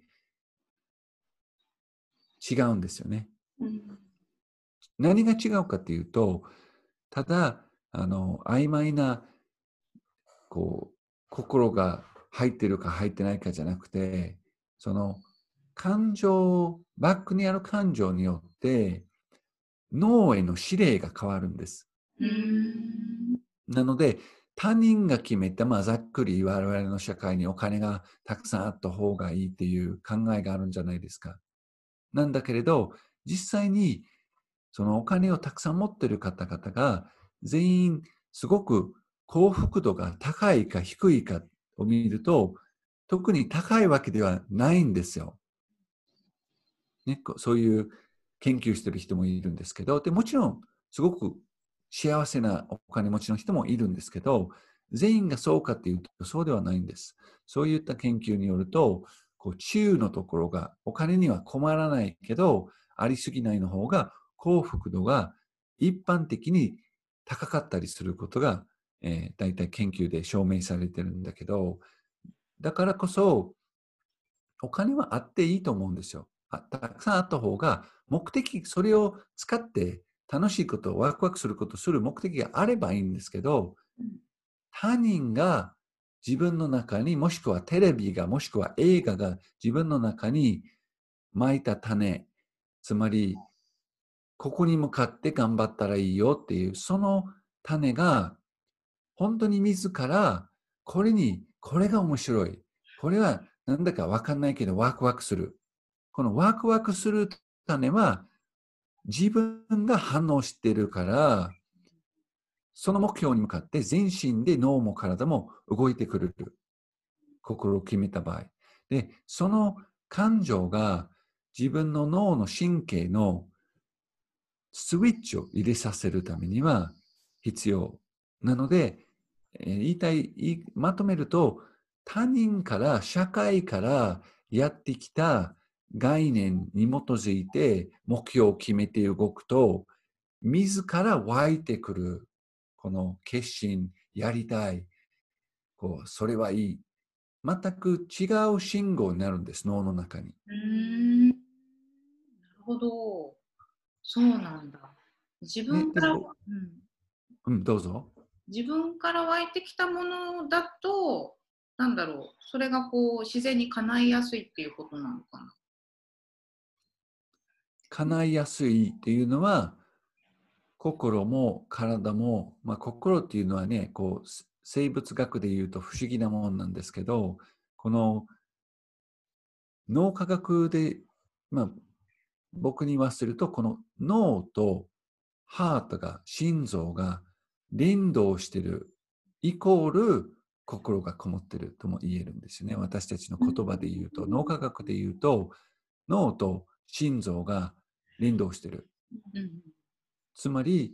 違うんですよね。何が違うかっていうと、ただ曖昧なこう心が入ってるか入ってないかじゃなくて、その感情、バックにある感情によって脳への指令が変わるんです。なので他人が決めた、まあ、ざっくり我々の社会にお金がたくさんあった方がいいっていう考えがあるんじゃないですか。 なんだけれど、実際にそのお金をたくさん持っている方々が全員すごく幸福度が高いか低いかを見ると、特に高いわけではないんですよ。ね、そういう研究してる人もいるんですけど、でもちろんすごく幸せなお金持ちの人もいるんですけど、全員がそうかっていうとそうではないんです。そういった研究によると、中のところがお金には困らないけど、ありすぎないの方が幸福度が一般的に高かったりすることが、大体研究で証明されてるんだけど、だからこそお金はあっていいと思うんですよ。たくさんあった方が目的、それを使って楽しいこと、ワクワクすることをする目的があればいいんですけど、他人が自分の中に、もしくはテレビが、もしくは映画が自分の中に蒔いた種、つまり、ここに向かって頑張ったらいいよっていう、その種が、本当に自ら、これが面白い。これはなんだかわかんないけどワクワクする。このワクワクする種は自分が反応しているから、その目標に向かって全身で脳も体も動いてくれる。心を決めた場合。で、その感情が自分の脳の神経のスイッチを入れさせるためには必要。なので、まとめると、他人から、社会からやってきた概念に基づいて目標を決めて動くと、自ら湧いてくる、この決心、やりたい、それはいい。全く違う信号になるんです、脳の中に。 なるほど。そうなんだ。自分から、 どうぞ。 自分から湧いてきたものだと、なんだろう、それが自然に叶いやすいっていうことなのかな。 叶いやすいっていうのは、心も体も、心っていうのはね、生物学で言うと不思議なものなんですけど、この脳科学で、僕に言わせると、この脳とハートが、心臓が連動しているイコール心がこもっているとも言えるんですよね。私たちの言葉で言うと、脳科学で言うと、脳と心臓が連動している。つまり、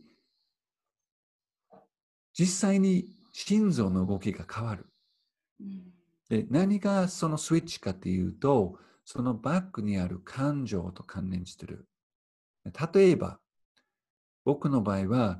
実際に心臓の動きが変わる。で、何がそのスイッチかというと、そのバックにある感情と関連している。例えば、僕の場合は、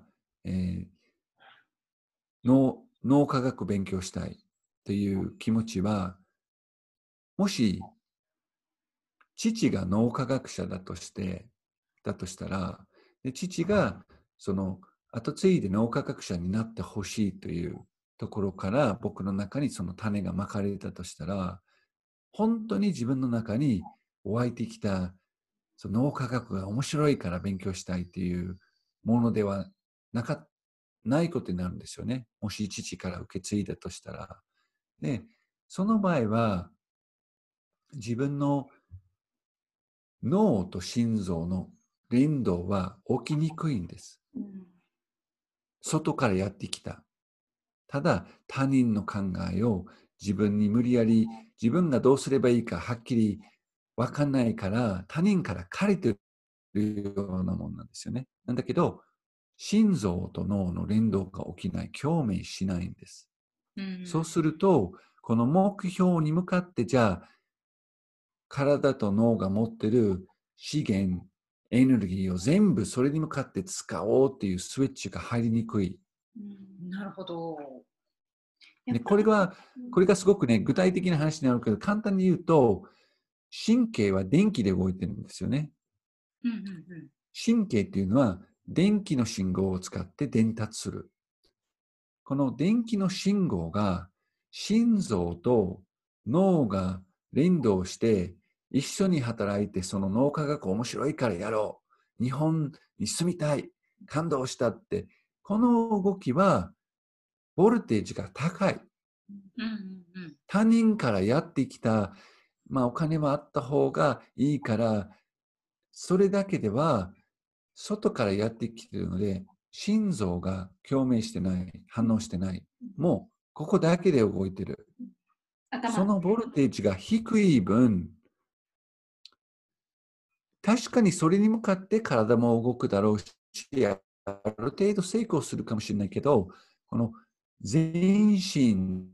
脳科学勉強したいという気持ちは、もし父が脳科学者だとしたら、で父がその後継いで脳科学者になってほしいというところから僕の中にその種がまかれたとしたら、本当に自分の中に湧いてきたその脳科学が面白いから勉強したいというものではないことになるんですよね。もし父から受け継いだとしたら。で、その場合は自分の脳と心臓の連動は起きにくいんです。外からやってきた。ただ他人の考えを自分に無理やり自分がどうすればいいかはっきり分かんないから他人から借りてるようなもんなんですよね。なんだけど心臓と脳の連動が起きない、共鳴しないんです。そうするとこの目標に向かってじゃあ体と脳が持ってる資源、エネルギーを全部それに向かって使おうっていうスイッチが入りにくい。 なるほど。 でこれがすごくね、具体的な話になるけど、簡単に言うと、神経は電気で動いてるんですよね。神経っていうのは電気の信号を使って伝達する。この電気の信号が心臓と脳が連動して一緒に働いて、その脳科学面白いからやろう。日本に住みたい。感動したって。この動きはボルテージが高い。他人からやってきた、お金はあった方がいいからそれだけでは外からやってきているので、心臓が共鳴してない、反応してない。もうここだけで動いてる。そのボルテージが低い分、確かにそれに向かって体も動くだろうし、ある程度成功するかもしれないけど、この全身、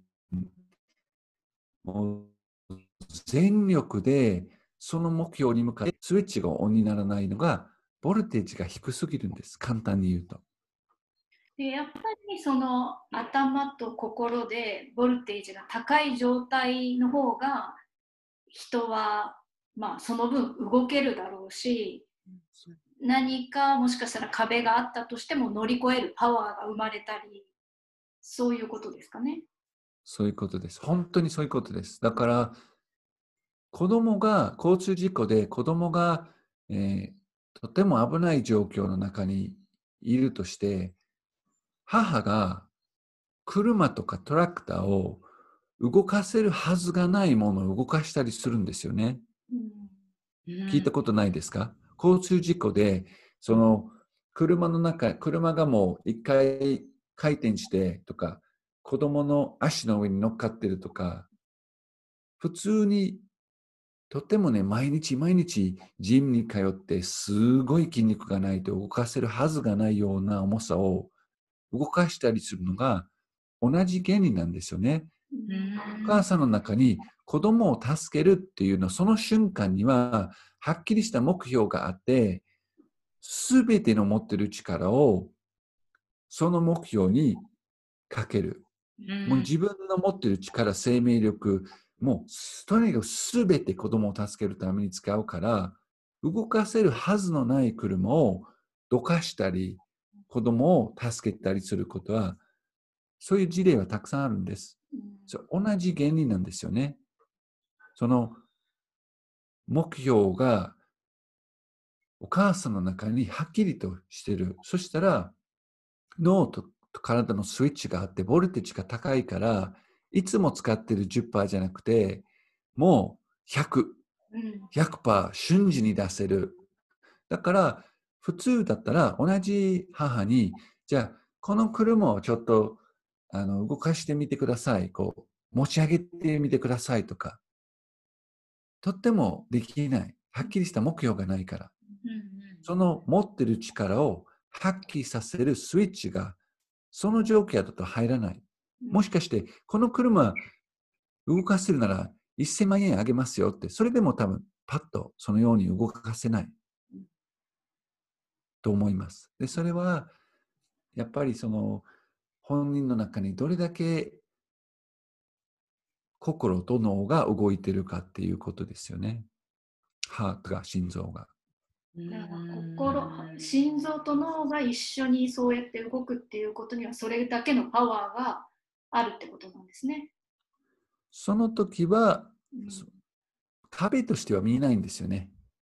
もう全力でその目標に向かってスイッチがオンにならないのが、ボルテージが低すぎるんです。簡単に言うと。 でやっぱりその頭と心でボルテージが高い状態の方が人はまあその分動けるだろうし、何かもしかしたら壁があったとしても乗り越えるパワーが生まれたり、そういうことですかね。 そういうことです。本当にそういうことです。だから子供が交通事故で子供が、とても危ない状況の中にいるとして、母が車とかトラクターを動かせるはずがないものを動かしたりするんですよね。聞いたことないですか？交通事故で、その車の中、車がもう一回回転してとか、子供の足の上に乗っかってるとか、普通にとてもね、毎日毎日ジムに通ってすごい筋肉がないと動かせるはずがないような重さを動かしたりするのが同じ原理なんですよね。お母さんの中に子供を助けるっていうの、その瞬間にははっきりした目標があって、すべての持ってる力をその目標にかける。もう自分の持ってる力、生命力、もうとにかくすべて子供を助けるために使うから、動かせるはずのない車をどかしたり、子供を助けたりすることは、そういう事例はたくさんあるんです。同じ原理なんですよね。その目標がお母さんの中にはっきりとしてる。そしたら脳と体のスイッチがあって、ボルテージが高いから、いつも使ってる 10% じゃなくて、もう100、100% 瞬時に出せる。だから、普通だったら同じ母に、じゃあ、この車をちょっと動かしてみてください。こう、持ち上げてみてくださいとか、とってもできない。はっきりした目標がないから。その持ってる力を発揮させるスイッチがその状況だと入らない。もしかして、この車動かせるなら1000万円あげますよって、それでも多分パッとそのように動かせないと思います。で、それはやっぱりその本人の中にどれだけ心と脳が動いているかっていうことですよね。ハートが、心臓が。 だから心臓と脳が一緒にそうやって動くっていうことにはそれだけのパワーがあるってことなんですね。 その時は、壁としては見えないんですよね。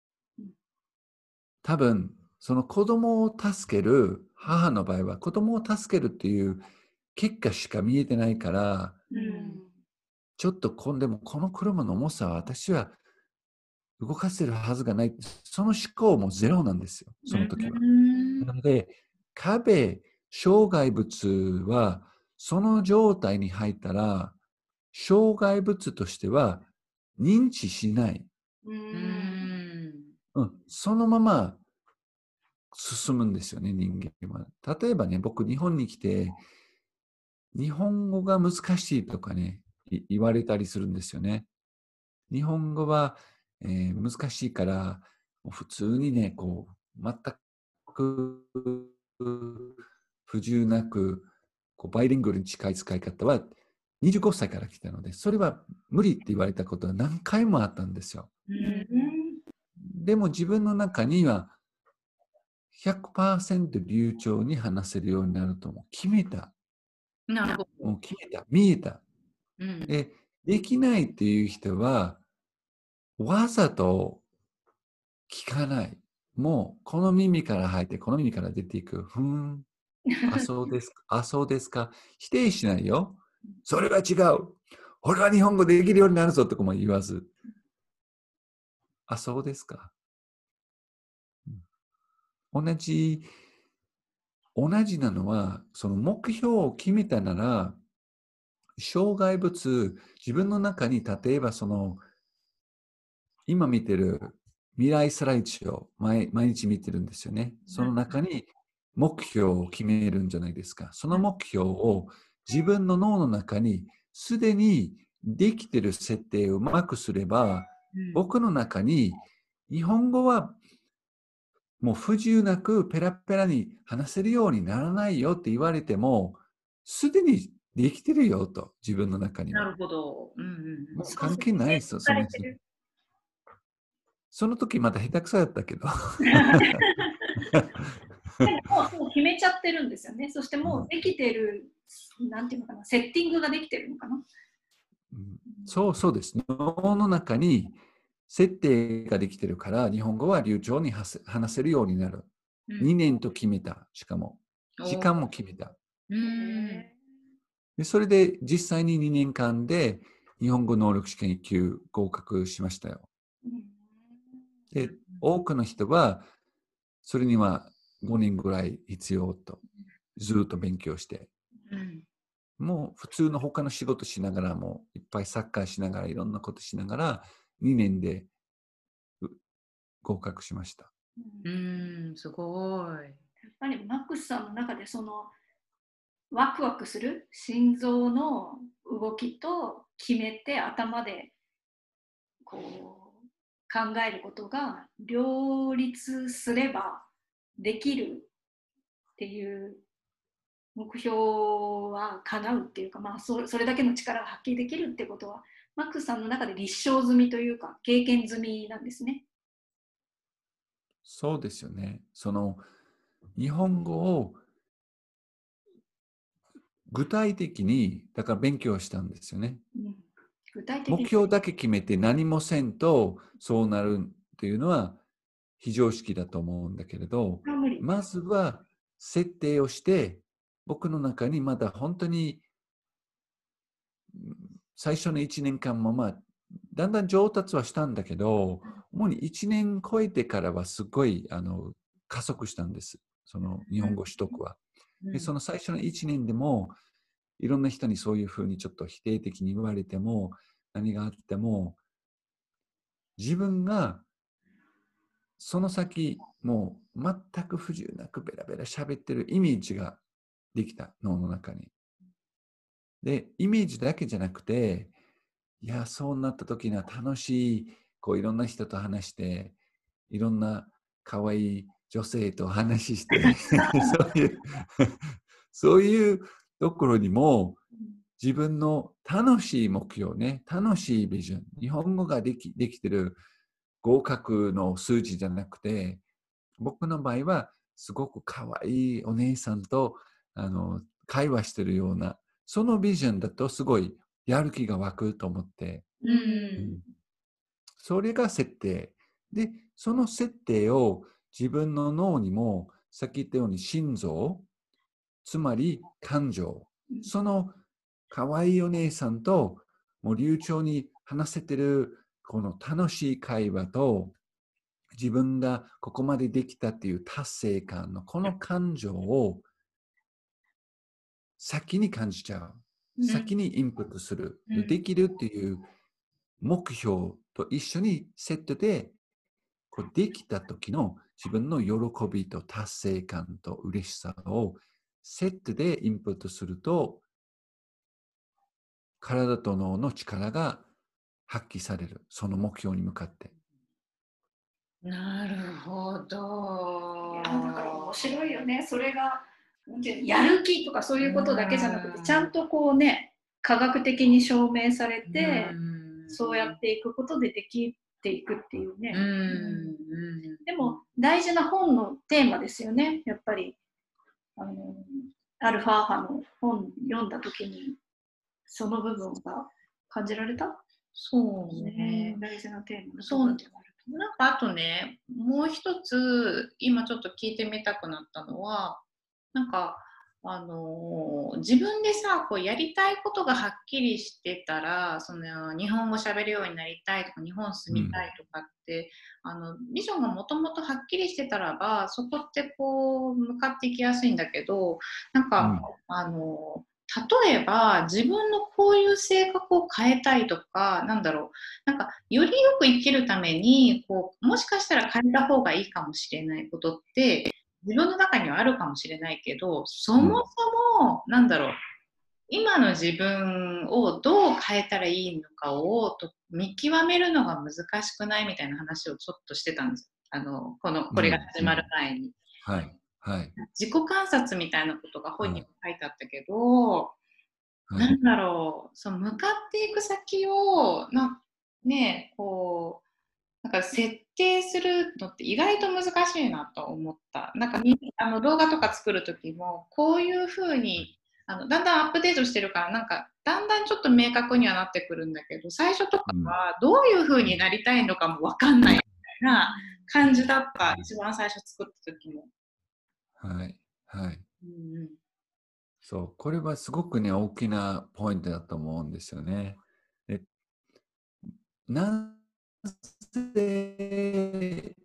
多分その子供を助ける母の場合は子供を助けるっていう結果しか見えてないから、ちょっとでもこの車の重さは私は動かせるはずがない。その思考もゼロなんですよ、その時は。なので、障害物はその状態に入ったら、障害物としては認知しない。そのまま進むんですよね、人間は。例えばね、僕、日本に来て、日本語が難しいとかね、言われたりするんですよね。日本語は、難しいから、普通にね、こう、全く不自由なく、バイリンガルに近い使い方は、25歳から来たので、それは無理って言われたことは何回もあったんですよ。でも自分の中には、100% 流暢に話せるようになるともう決めた。もう決めた。見えた。できないっていう人は、わざと聞かない。もう、この耳から入って、この耳から出ていく。あ、そうですか。あ、そうですか。否定しないよ。それは違う。俺は日本語できるようになるぞとかも言わず。あ、そうですか。 同じなのは、その目標を決めたなら、障害物、自分の中に例えばその、今見てる未来スライドショー、毎日見てるんですよね。その中に目標を決めるんじゃないですか。その目標を自分の脳の中にすでにできてる設定をうまくすれば、僕の中に日本語はもう不自由なくペラペラに話せるようにならないよって言われても、すでにできてるよと、自分の中には。 なるほど。 もう関係ないですよ、その時まだ下手くそだったけど。 もう決めちゃってるんですよね。そしてもうできてる、なんていうのかな、セッティングができてるのかな。 そうです。脳の中に設定ができてるから、日本語は流暢に話せるようになる。2年と決めた。しかも、時間も決めた。でそれで実際に2年間で日本語能力試験1級合格しましたよ。で、多くの人はそれには5年ぐらい必要と、ずっと勉強して。もう普通の他の仕事しながらも、いっぱいサッカーしながら、いろんなことしながら、2年で合格しました。 すごい。 やっぱりマックスさんの中でそのワクワクする心臓の動きと決めて頭でこう考えることが両立すればできるっていう目標は叶うっていうか、まあ、それだけの力が発揮できるってことはマックスさんの中で立証済みというか経験済みなんですね。 そうですよね。その日本語を具体的にだから勉強したんですよね。 具体的に目標だけ決めて何もせんとそうなるっていうのは非常識だと思うんだけれど、まずは設定をして、僕の中にまだ本当に最初の1年間もだんだん上達はしたんだけど、主に1年超えてからはすごい加速したんです。その日本語取得は。でその最初の1年でもいろんな人にそういうふうにちょっと否定的に言われても何があっても自分がその先もう全く不自由なくベラベラ喋ってるイメージができた脳の中に。でイメージだけじゃなくていやそうなった時には楽しいこういろんな人と話していろんな可愛い女性と話してそういうところにも自分の楽しい目標ね、楽しいビジョン、日本語ができてる合格の数字じゃなくて、僕の場合はすごく可愛いお姉さんと会話してるような、そのビジョンだとすごいやる気が湧くと思って、それが設定。で、その設定を自分の脳にも、さっき言ったように心臓、つまり感情、その可愛いお姉さんともう流暢に話せてるこの楽しい会話と自分がここまでできたっていう達成感のこの感情を先に感じちゃう。先にインプットする。できるっていう目標と一緒にセットでこうできた時の自分の喜びと達成感と嬉しさをセットでインプットすると体と脳の力が発揮される。その目標に向かって。 なるほど。 いやだから面白いよね。それがやる気とかそういうことだけじゃなくて、ちゃんとこうね、科学的に証明されて、そうやっていくことでできていくっていうね。でも大事な本のテーマですよね。やっぱりアルファ波の本読んだ時にその部分が感じられた？ そうね。 大事なテーマのそうなんかあとね、もう一つ今ちょっと聞いてみたくなったのは、なんか自分でさ、こうやりたいことがはっきりしてたら、その日本語喋るようになりたいとか、日本住みたいとかって、ビジョンがもともとはっきりしてたらば、そこってこう向かっていきやすいんだけど、なんか、例えば自分のこういう性格を変えたいとか、なんだろう、なんかよりよく生きるためにこう、もしかしたら変えた方がいいかもしれないことって、自分の中にはあるかもしれないけど、そもそも、なんだろう、今の自分をどう変えたらいいのかを見極めるのが難しくないみたいな話をちょっとしてたんです。これが始まる前に。 はいはい、 自己観察みたいなことが本にも書いてあったけど、なんだろう、その向かっていく先をね、こうなんか設定するのって意外と難しいなと思った。なんか動画とか作る時もこういう風にだんだんアップデートしてるから、なんかだんだんちょっと明確にはなってくるんだけど、最初とかはどういう風になりたいのかも分かんないみたいな感じだった、一番最初作った時も。 はいはい、 うんうん、 そう、これはすごくね、大きなポイントだと思うんですよね。なぜ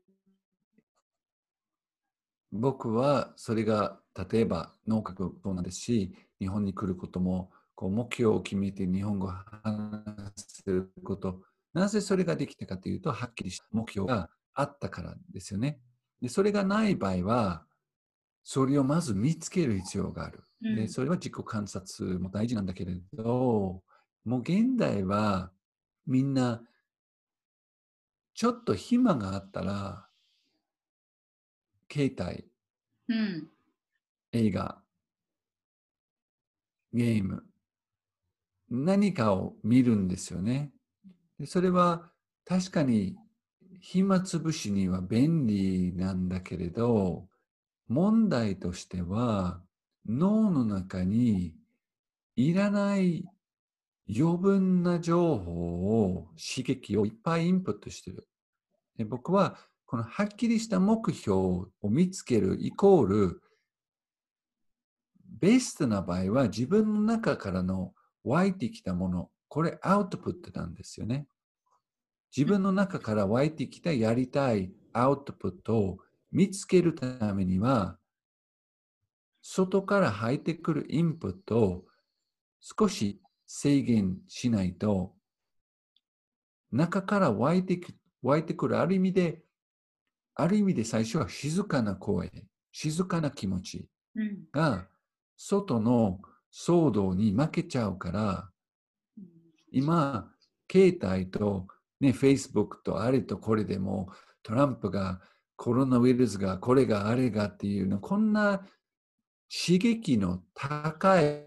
僕はそれが例えば農学もそうなんですし、日本に来ることもこう目標を決めて日本語を話せること、なぜそれができたかというと、はっきりした目標があったからですよね。でそれがない場合は、それをまず見つける必要がある。でそれは自己観察も大事なんだけれど、もう現代はみんなちょっと暇があったら、携帯、映画、ゲーム、何かを見るんですよね。でそれは確かに暇つぶしには便利なんだけれど、問題としては脳の中にいらない余分な情報を刺激をいっぱいインプットしてる。で僕はこのはっきりした目標を見つけるイコール、ベストな場合は自分の中からの湧いてきたもの、これアウトプットなんですよね。自分の中から湧いてきたやりたいアウトプットを見つけるためには、外から入ってくるインプットを少し制限しないと、中から湧いてくるある意味で最初は静かな声、静かな気持ちが外の騒動に負けちゃうから、今、携帯と、ね、Facebook とあれとこれでも、トランプが、コロナウイルスが、これがあれがっていうの、こんな刺激の高い、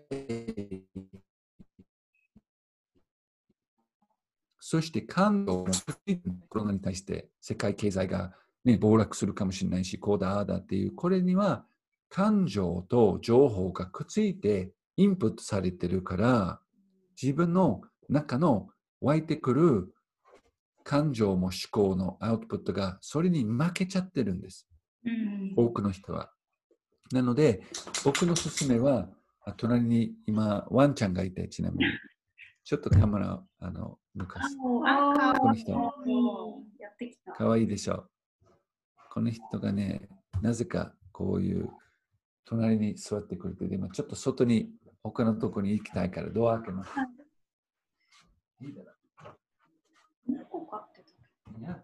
そして感動がコロナに対して世界経済が、ね、暴落するかもしれないし、こうだ、ああだっていう、これには感情と情報がくっついてインプットされてるから、自分の中の湧いてくる感情も思考のアウトプットがそれに負けちゃってるんです。多くの人は。なので、僕の勧めは、隣に今、ワンちゃんがいて、ちなみに、ちょっとカメラを抜かす。この人、かわいいでしょ。この人がね、なぜかこういう隣に座ってくれて、今ちょっと外に、他のところに行きたいから、ドア開けます。いいだろ。 猫飼ってた。 な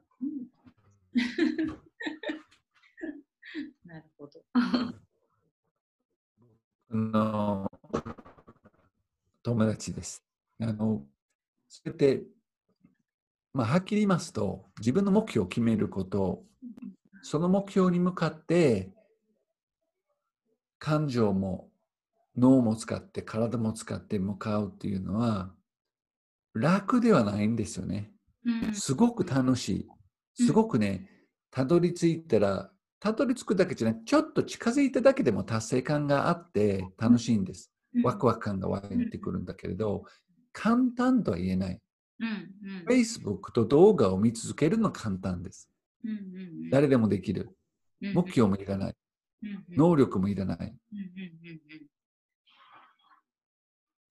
るほど。 友達です。それで、はっきり言いますと、自分の目標を決めること、その目標に向かって、感情も脳も使って、体も使って向かうっていうのは、楽ではないんですよね。すごく楽しい。すごくね、たどり着いたら、たどり着くだけじゃなくて、ちょっと近づいただけでも達成感があって楽しいんです。ワクワク感が湧いてくるんだけれど、簡単とは言えない。Facebook と動画を見続けるのは簡単です。誰でもできる。目標もいらない。能力もいらない。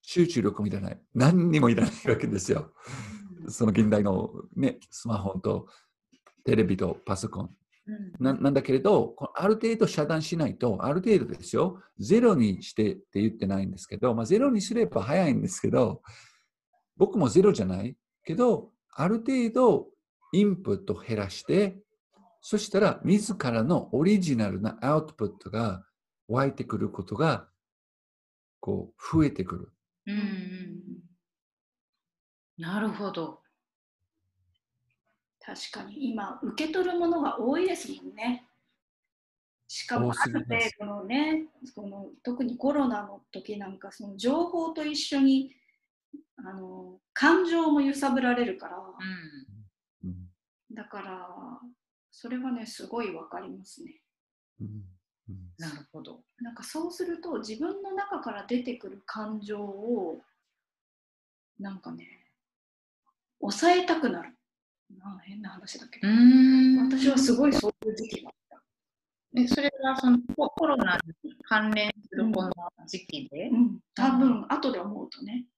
集中力もいらない。何にもいらないわけですよ。その現代の、ね、スマホとテレビとパソコン。なんだけれど、ある程度遮断しないと、ある程度ですよ、ゼロにしてって言ってないんですけど、ゼロにすれば早いんですけど、僕もゼロじゃないけど、ある程度インプットを減らして、そしたら自らのオリジナルなアウトプットが湧いてくることがこう増えてくる。 なるほど。 確かに今受け取るものが多いですもんね。しかもある程度のね、特にコロナの時なんかその情報と一緒に感情も揺さぶられるから、だからそれはねすごいわかりますね。 なるほど。 なんかそうすると自分の中から出てくる感情をなんかね抑えたくなる。変な話だけど、私はすごいそういう時期があった。 それはそのコロナに関連するこの時期で、 多分後で思うとね、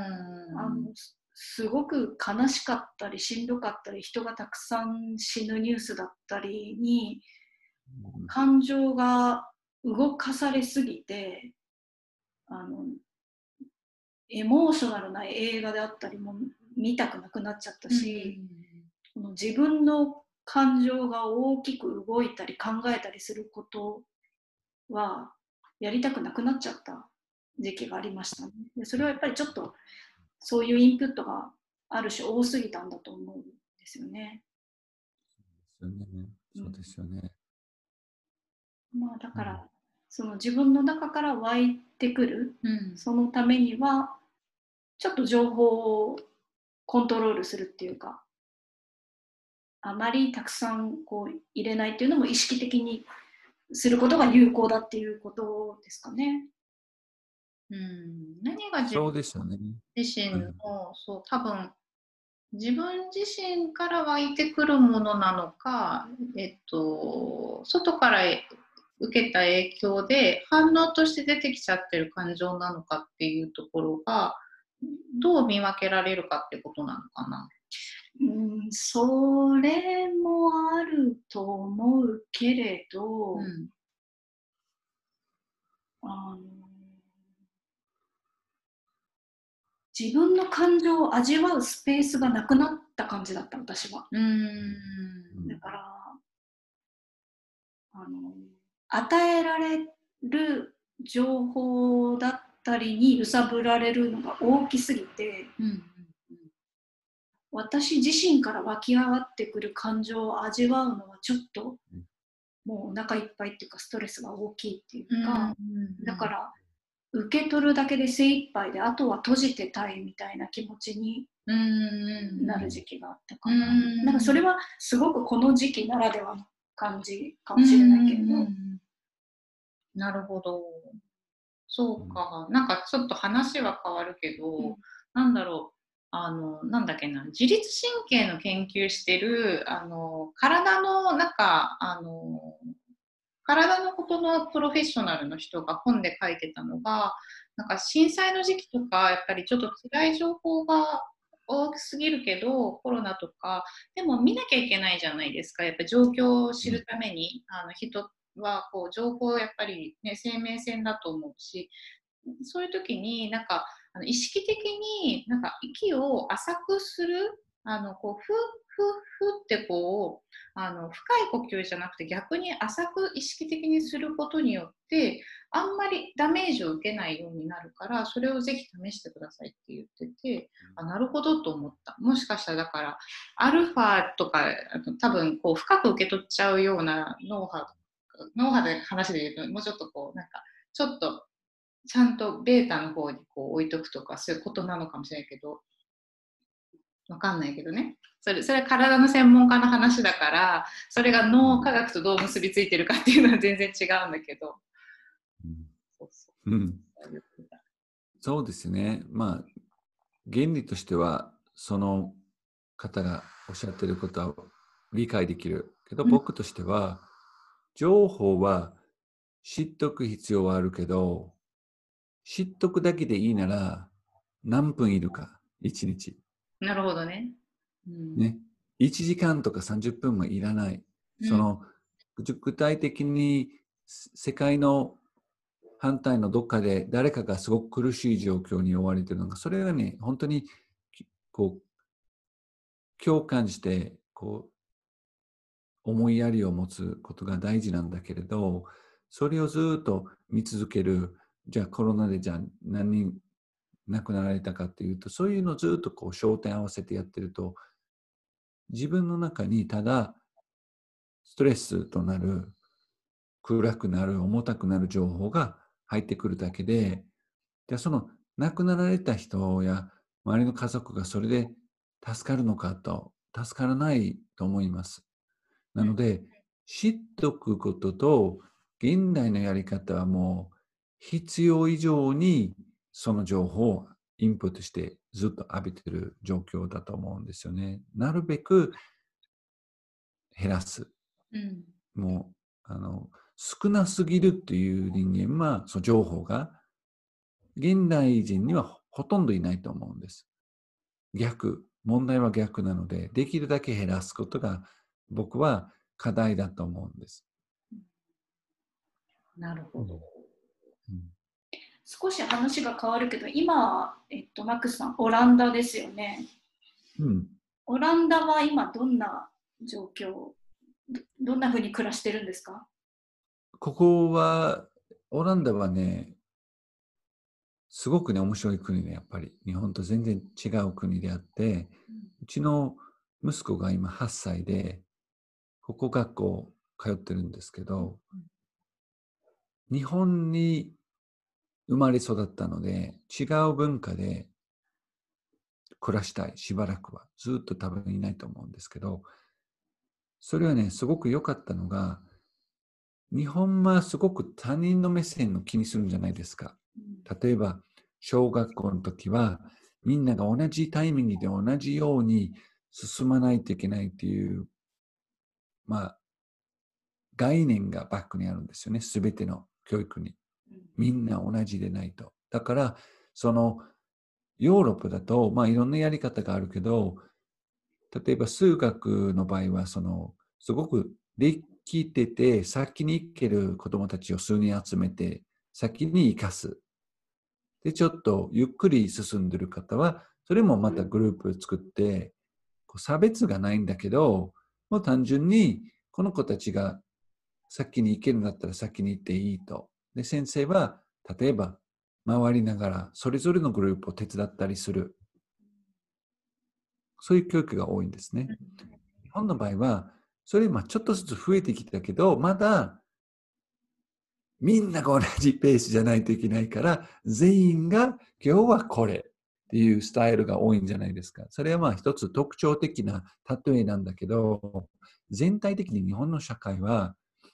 すごく悲しかったりしんどかったり人がたくさん死ぬニュースだったりに感情が動かされすぎてエモーショナルな映画であったりも見たくなくなっちゃったし、自分の感情が大きく動いたり考えたりすることはやりたくなくなっちゃった時期がありましたね。でそれはやっぱりちょっとそういうインプットがある種多すぎたんだと思うんですよね。 そうですよね。 だから、その自分の中から湧いてくる、そのためにはちょっと情報をコントロールするっていうか、あまりたくさんこう入れないっていうのも意識的にすることが有効だっていうことですかね。 何が自分自身の、多分自分自身から湧いてくるものなのか、外から受けた影響で反応として出てきちゃってる感情なのかっていうところがどう見分けられるかってことなのかな。 それもあると思うけれど、自分の感情を味わうスペースがなくなった感じだった私は。だから与えられる情報だったりに揺さぶられるのが大きすぎて、私自身から湧き上がってくる感情を味わうのはちょっともうお腹いっぱいっていうかストレスが大きいっていうか、だから受け取るだけで精一杯であとは閉じてたいみたいな気持ちになる時期があったかな。なんかそれはすごくこの時期ならではの感じかもしれないけれど。 なるほど。そうか。なんかちょっと話は変わるけど、なんだろう。なんだっけな、自律神経の研究してる体の体のことのプロフェッショナルの人が本で書いてたのが、なんか震災の時期とかやっぱりちょっと辛い情報が大きすぎるけど、コロナとかでも見なきゃいけないじゃないですか。やっぱり状況を知るために人はこう情報をやっぱり、ね、生命線だと思うし、そういう時になんか意識的になんか息を浅くする、こうふってこう深い呼吸じゃなくて逆に浅く意識的にすることによってあんまりダメージを受けないようになるから、それをぜひ試してくださいって言ってて、なるほどと思った。もしかしたらだからアルファとか多分こう深く受け取っちゃうような脳波で話で言うともうちょっとこうなんかちょっとちゃんとベータの方にこう置いとくとかそういうことなのかもしれないけど、わかんないけどね。それは体の専門家の話だから、それが脳科学とどう結びついてるかっていうのは全然違うんだけど。 そうですね。原理としてはその方がおっしゃってることは理解できるけど、僕としては情報は知っとく必要はあるけど、知っとくだけでいいなら何分いるか、1日。 なるほどね。 ね。1時間とか30分はいらない。その、具体的に世界の反対のどっかで誰かがすごく苦しい状況に追われているのが、それがね、本当にこう共感して、思いやりを持つことが大事なんだけれど、それをずっと見続ける、じゃあコロナでじゃあ何人亡くなられたかっていうと、そういうのをずっと焦点合わせてやってると、自分の中にただストレスとなる、暗くなる、重たくなる情報が入ってくるだけで、その亡くなられた人や周りの家族がそれで助かるのかと、助からないと思います。なので、知っておくことと、現代のやり方はもう必要以上にその情報をインプットしてずっと浴びている状況だと思うんですよね。なるべく減らす。もう少なすぎるっていう人間は、その情報が現代人にはほとんどいないと思うんです。問題は逆なので、できるだけ減らすことが僕は課題だと思うんです。 なるほど。少し話が変わるけど、今、マックスさん、オランダですよね。オランダは今どんな状況、どんなふうに暮らしてるんですか？ ここは、オランダはね、すごくね、面白い国で、やっぱり日本と全然違う国であって、うちの息子が今8歳で、ここ学校通ってるんですけど、日本に生まれ育ったので、違う文化で暮らしたい、しばらくは。ずっと多分いないと思うんですけど、それはね、すごく良かったのが、日本はすごく他人の目線を気にするんじゃないですか。例えば、小学校の時は、みんなが同じタイミングで同じように進まないといけないっていう、概念がバックにあるんですよね。すべての教育に。みんな同じでないと。だから、ヨーロッパだと、いろんなやり方があるけど、例えば数学の場合は、すごくできてて、先に行ける子供たちを数人集めて、先に生かす。で、ちょっとゆっくり進んでる方は、それもまたグループ作って、差別がないんだけど、もう単純にこの子たちが先に行けるんだったら先に行っていいと。で、先生は、例えば、回りながら、それぞれのグループを手伝ったりする。そういう教育が多いんですね。日本の場合は、それちょっとずつ増えてきたけど、まだみんなが同じペースじゃないといけないから、全員が今日はこれっていうスタイルが多いんじゃないですか。それは一つ特徴的な例えなんだけど、全体的に日本の社会は、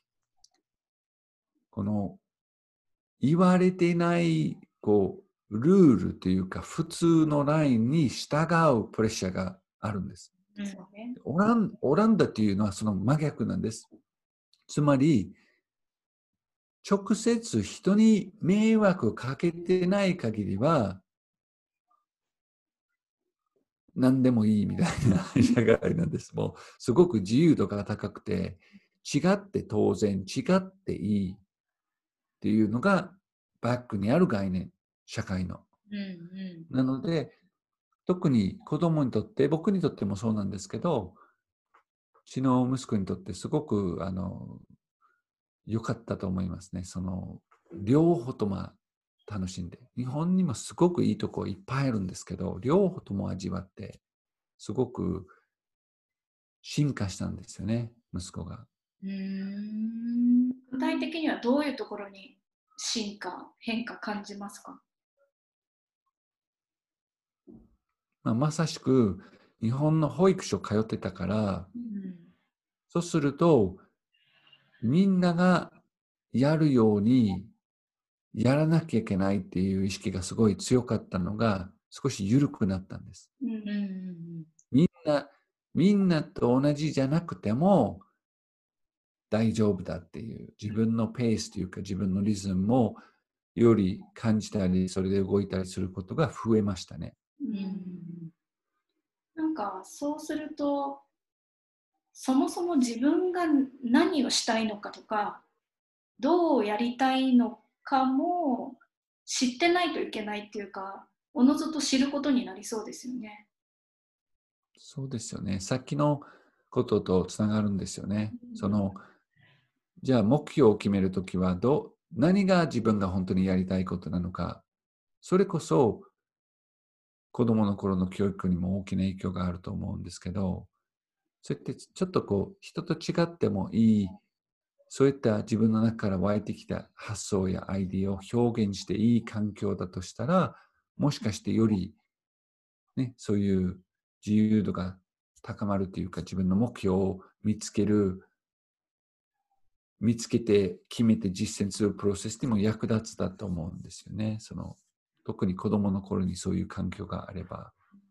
言われてないルールというか普通のラインに従うプレッシャーがあるんです。オランダというのはその真逆なんです。つまり直接人に迷惑かけてない限りは何でもいいみたいな社会なんです。もうすごく自由度が高くて、違って当然、違っていいっていうのがバックにある概念、社会の。なので、特に子供にとって、僕にとってもそうなんですけど、うちの息子にとってすごく良かったと思いますね。両方とも楽しんで。日本にもすごくいいとこいっぱいあるんですけど、両方とも味わって、すごく進化したんですよね、息子が。 具体的にはどういうところに変化感じますか？ まさしく日本の保育所通ってたから、そうするとみんながやるようにやらなきゃいけないっていう意識がすごい強かったのが少し緩くなったんです。みんなと同じじゃなくても大丈夫だっていう自分のペースというか自分のリズムもより感じたり、それで動いたりすることが増えましたね。 なんかそうすると、そもそも自分が何をしたいのかとか、どうやりたいのかも知ってないといけないっていうか、おのずと知ることになりそうですよね。 そうですよね。さっきのこととつながるんですよね。じゃあ目標を決めるときは何が自分が本当にやりたいことなのか、それこそ子供の頃の教育にも大きな影響があると思うんですけど、そうやってちょっと人と違ってもいい、そういった自分の中から湧いてきた発想やアイディアを表現していい環境だとしたら、もしかしてより、ね、そういう自由度が高まるというか、自分の目標を見つけて決めて実践するプロセスにも役立つだと思うんですよね。特に子供の頃にそういう環境があれば。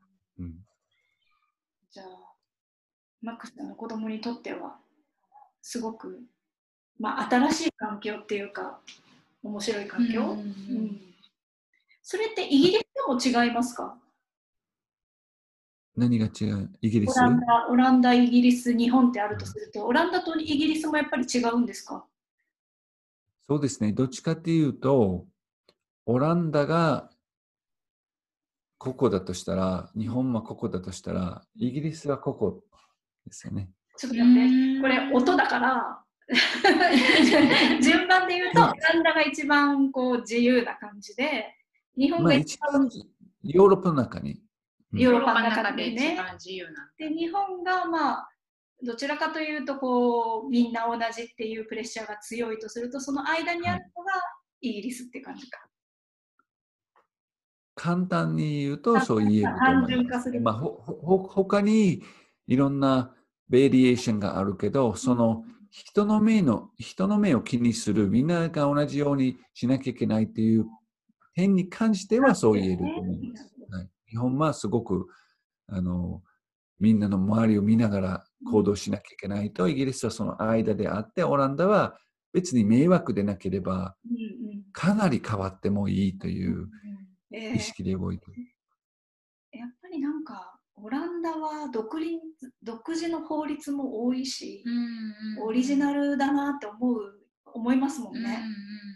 じゃあマックスさんの子供にとってはすごく、新しい環境っていうか面白い環境、それってイギリスでも違いますか？ 何が違う？イギリス？ オランダ、イギリス、日本ってあるとすると、オランダとイギリスもやっぱり違うんですか？ そうですね。どっちかっていうと、オランダがここだとしたら、日本はここだとしたら、イギリスはここですよね。 ちょっと待って、これ音だから順番で言うと、オランダが一番自由な感じで、日本が一番ヨーロッパの中に。 ヨーロッパの中で一番自由な。 で、日本がどちらかというとみんな同じっていうプレッシャーが強いとすると、その間にあるのがイギリスって感じか。 簡単に言うとそう言えると思います。他にいろんなベリエーションがあるけど、その人の目を気にする、みんなが同じようにしなきゃいけないっていう点に関してはそう言えると思います。日本はすごくみんなの周りを見ながら行動しなきゃいけないと、イギリスはその間であって、オランダは別に迷惑でなければかなり変わってもいいという意識で動いてる。 やっぱりなんかオランダは独自の法律も多いし、オリジナルだなって思いますもんね。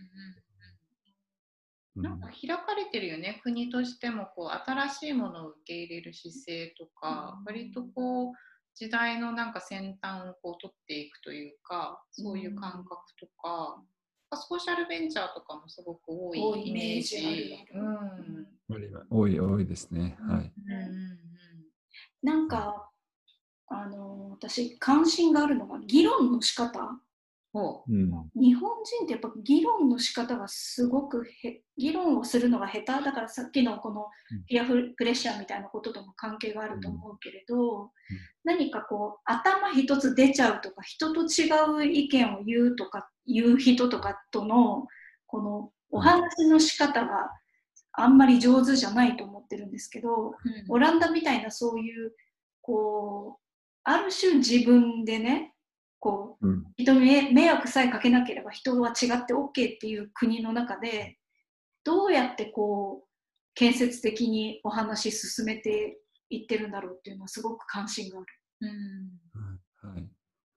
なんか開かれてるよね、国としても新しいものを受け入れる姿勢とか、割と時代のなんか先端を取っていくというか、そういう感覚とか、ソーシャルベンチャーとかもすごく多いイメージ。 多いですね。はい。 なんか私関心があるのが議論の仕方。日本人ってやっぱ議論の仕方がすごく議論をするのが下手だから、さっきのこのピアプレッシャーみたいなこととも関係があると思うけれど、何か頭一つ出ちゃうとか、人と違う意見を言うとかいう人とかとのこのお話の仕方があんまり上手じゃないと思ってるんですけど、オランダみたいなそういうある種自分でね、人に迷惑さえかけなければ人は違って OK っていう国の中で、どうやって建設的にお話進めていってるんだろうっていうのはすごく関心がある。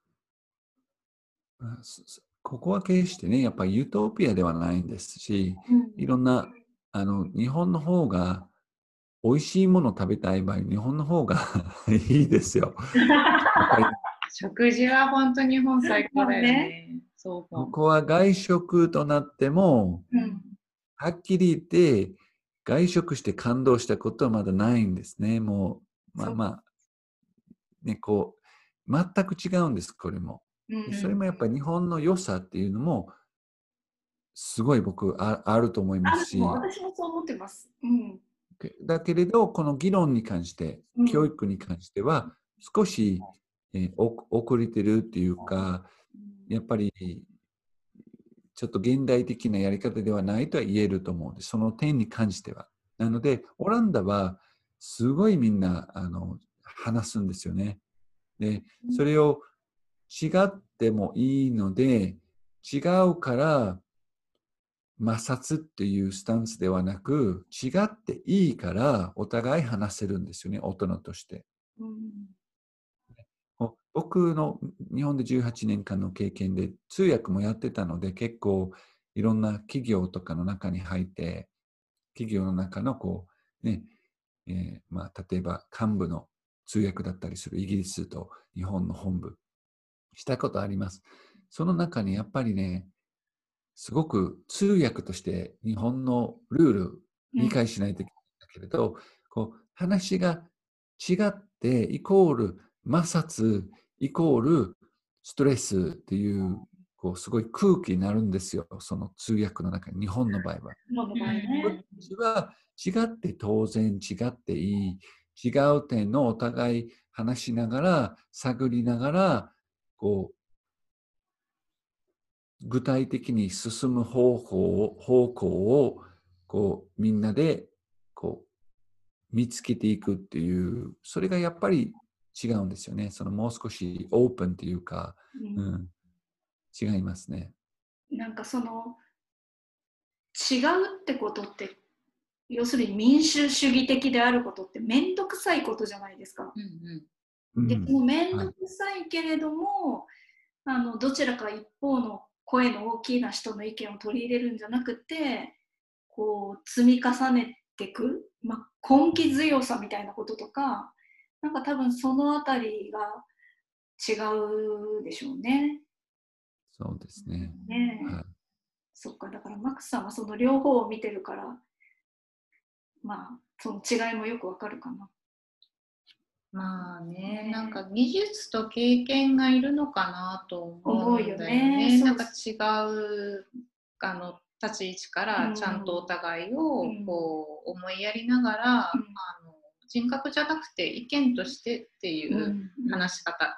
ここは決してね、やっぱりユートピアではないんですし、いろんな日本の方が美味しいものを食べたい場合、日本の方がいいですよ。 食事は本当に日本最高だよね。 ここは外食となっても、はっきり言って外食して感動したことはまだないんですね。もうね、全く違うんです、これも。それもやっぱり日本の良さっていうのもすごい僕あると思いますし、 私もそう思ってます。 だけれどこの議論に関して、教育に関しては少し、遅れてるっていうか、やっぱりちょっと現代的なやり方ではないとは言えると思うんです、その点に関しては。なのでオランダはすごいみんな話すんですよね。でそれを違ってもいいので、違うから摩擦っていうスタンスではなく、違っていいからお互い話せるんですよね、大人として。僕の日本で18年間の経験で通訳もやってたので、結構いろんな企業とかの中に入って、企業の中の例えば幹部の通訳だったりするイギリスと日本の本部したことあります。その中にやっぱりね、すごく通訳として日本のルール理解しないといけないんだけれど、話が違ってイコール摩擦イコールストレスっていうすごい空気になるんですよ、その通訳の中に。日本の場合は。こっちは違って当然、違っていい、違う点のお互い話しながら探りながら具体的に進む方向をみんなで見つけていくっていう、それがやっぱり違うんですよね。もう少しオープンっていうか、違いますね。 なんか違うってことって、要するに民主主義的であることって面倒くさいことじゃないですか。でも面倒くさいけれども、どちらか一方の声の大きな人の意見を取り入れるんじゃなくて、積み重ねていく、根気強さみたいなこととか、なんか多分そのあたりが違うでしょうね。 そうですね。 はい、そっか、だからマックスさんはその両方を見てるから、その違いもよくわかるかな。 まあね、なんか技術と経験がいるのかなと思うんだよね。なんか違う立ち位置からちゃんとお互いを思いやりながら、人格じゃなくて意見としてっていう話し方って、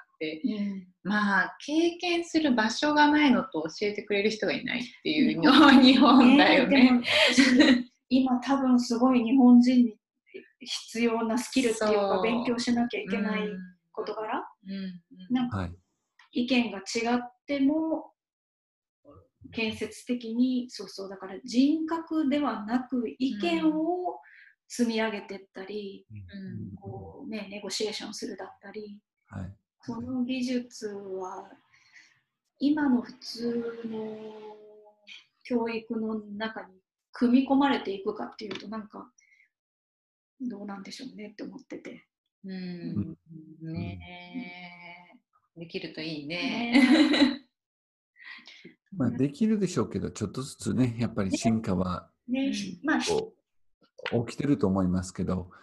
経験する場所がないのと教えてくれる人がいないっていうのは日本だよね。 今多分すごい日本人に必要なスキルっていうか勉強しなきゃいけない事柄、なんか意見が違っても建設的に、だから人格ではなく意見を積み上げていったり、ネゴシエーションするだったり、その技術は今の普通の教育の中に組み込まれていくかっていうと、なんかどうなんでしょうねって思ってて。 できるといいね。 できるでしょうけど、ちょっとずつね、やっぱり進化は起きてると思いますけど、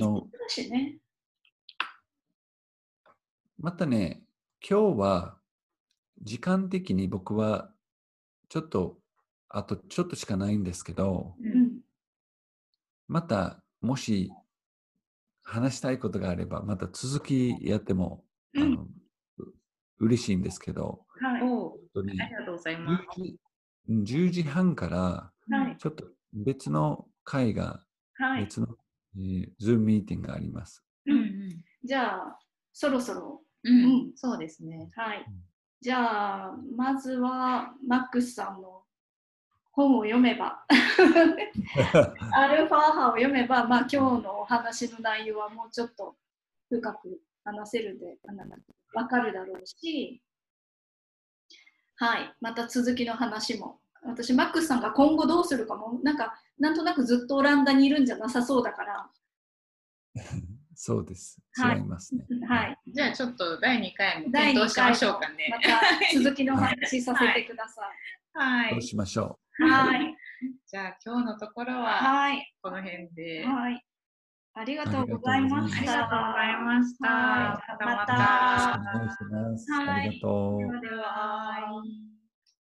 またね、今日は時間的に僕はあとちょっとしかないんですけど、またもし話したいことがあれば、また続きやっても嬉しいんですけど、 ありがとうございます。 10時半からちょっと別の会が、別のズームミーティングがあります。 じゃあそろそろ、 そうですね。 はい。じゃあまずはマックスさんの本を読めばアルファ波を読めば、今日のお話の内容はもうちょっと深く話せるで分かるだろうし、はい、また続きの話も、私マックスさんが今後どうするかもなんとなくずっとオランダにいるんじゃなさそうだからそうです。違いますね。 はい。 じゃあちょっと第2回も検討しましょうかね。 また続きの話させてください。 はい。 そうしましょう。 はい。 じゃあ今日のところはこの辺で。 はい。ありがとうございました。 ありがとうございました。 また。 ありがとう。 はい。ではでは。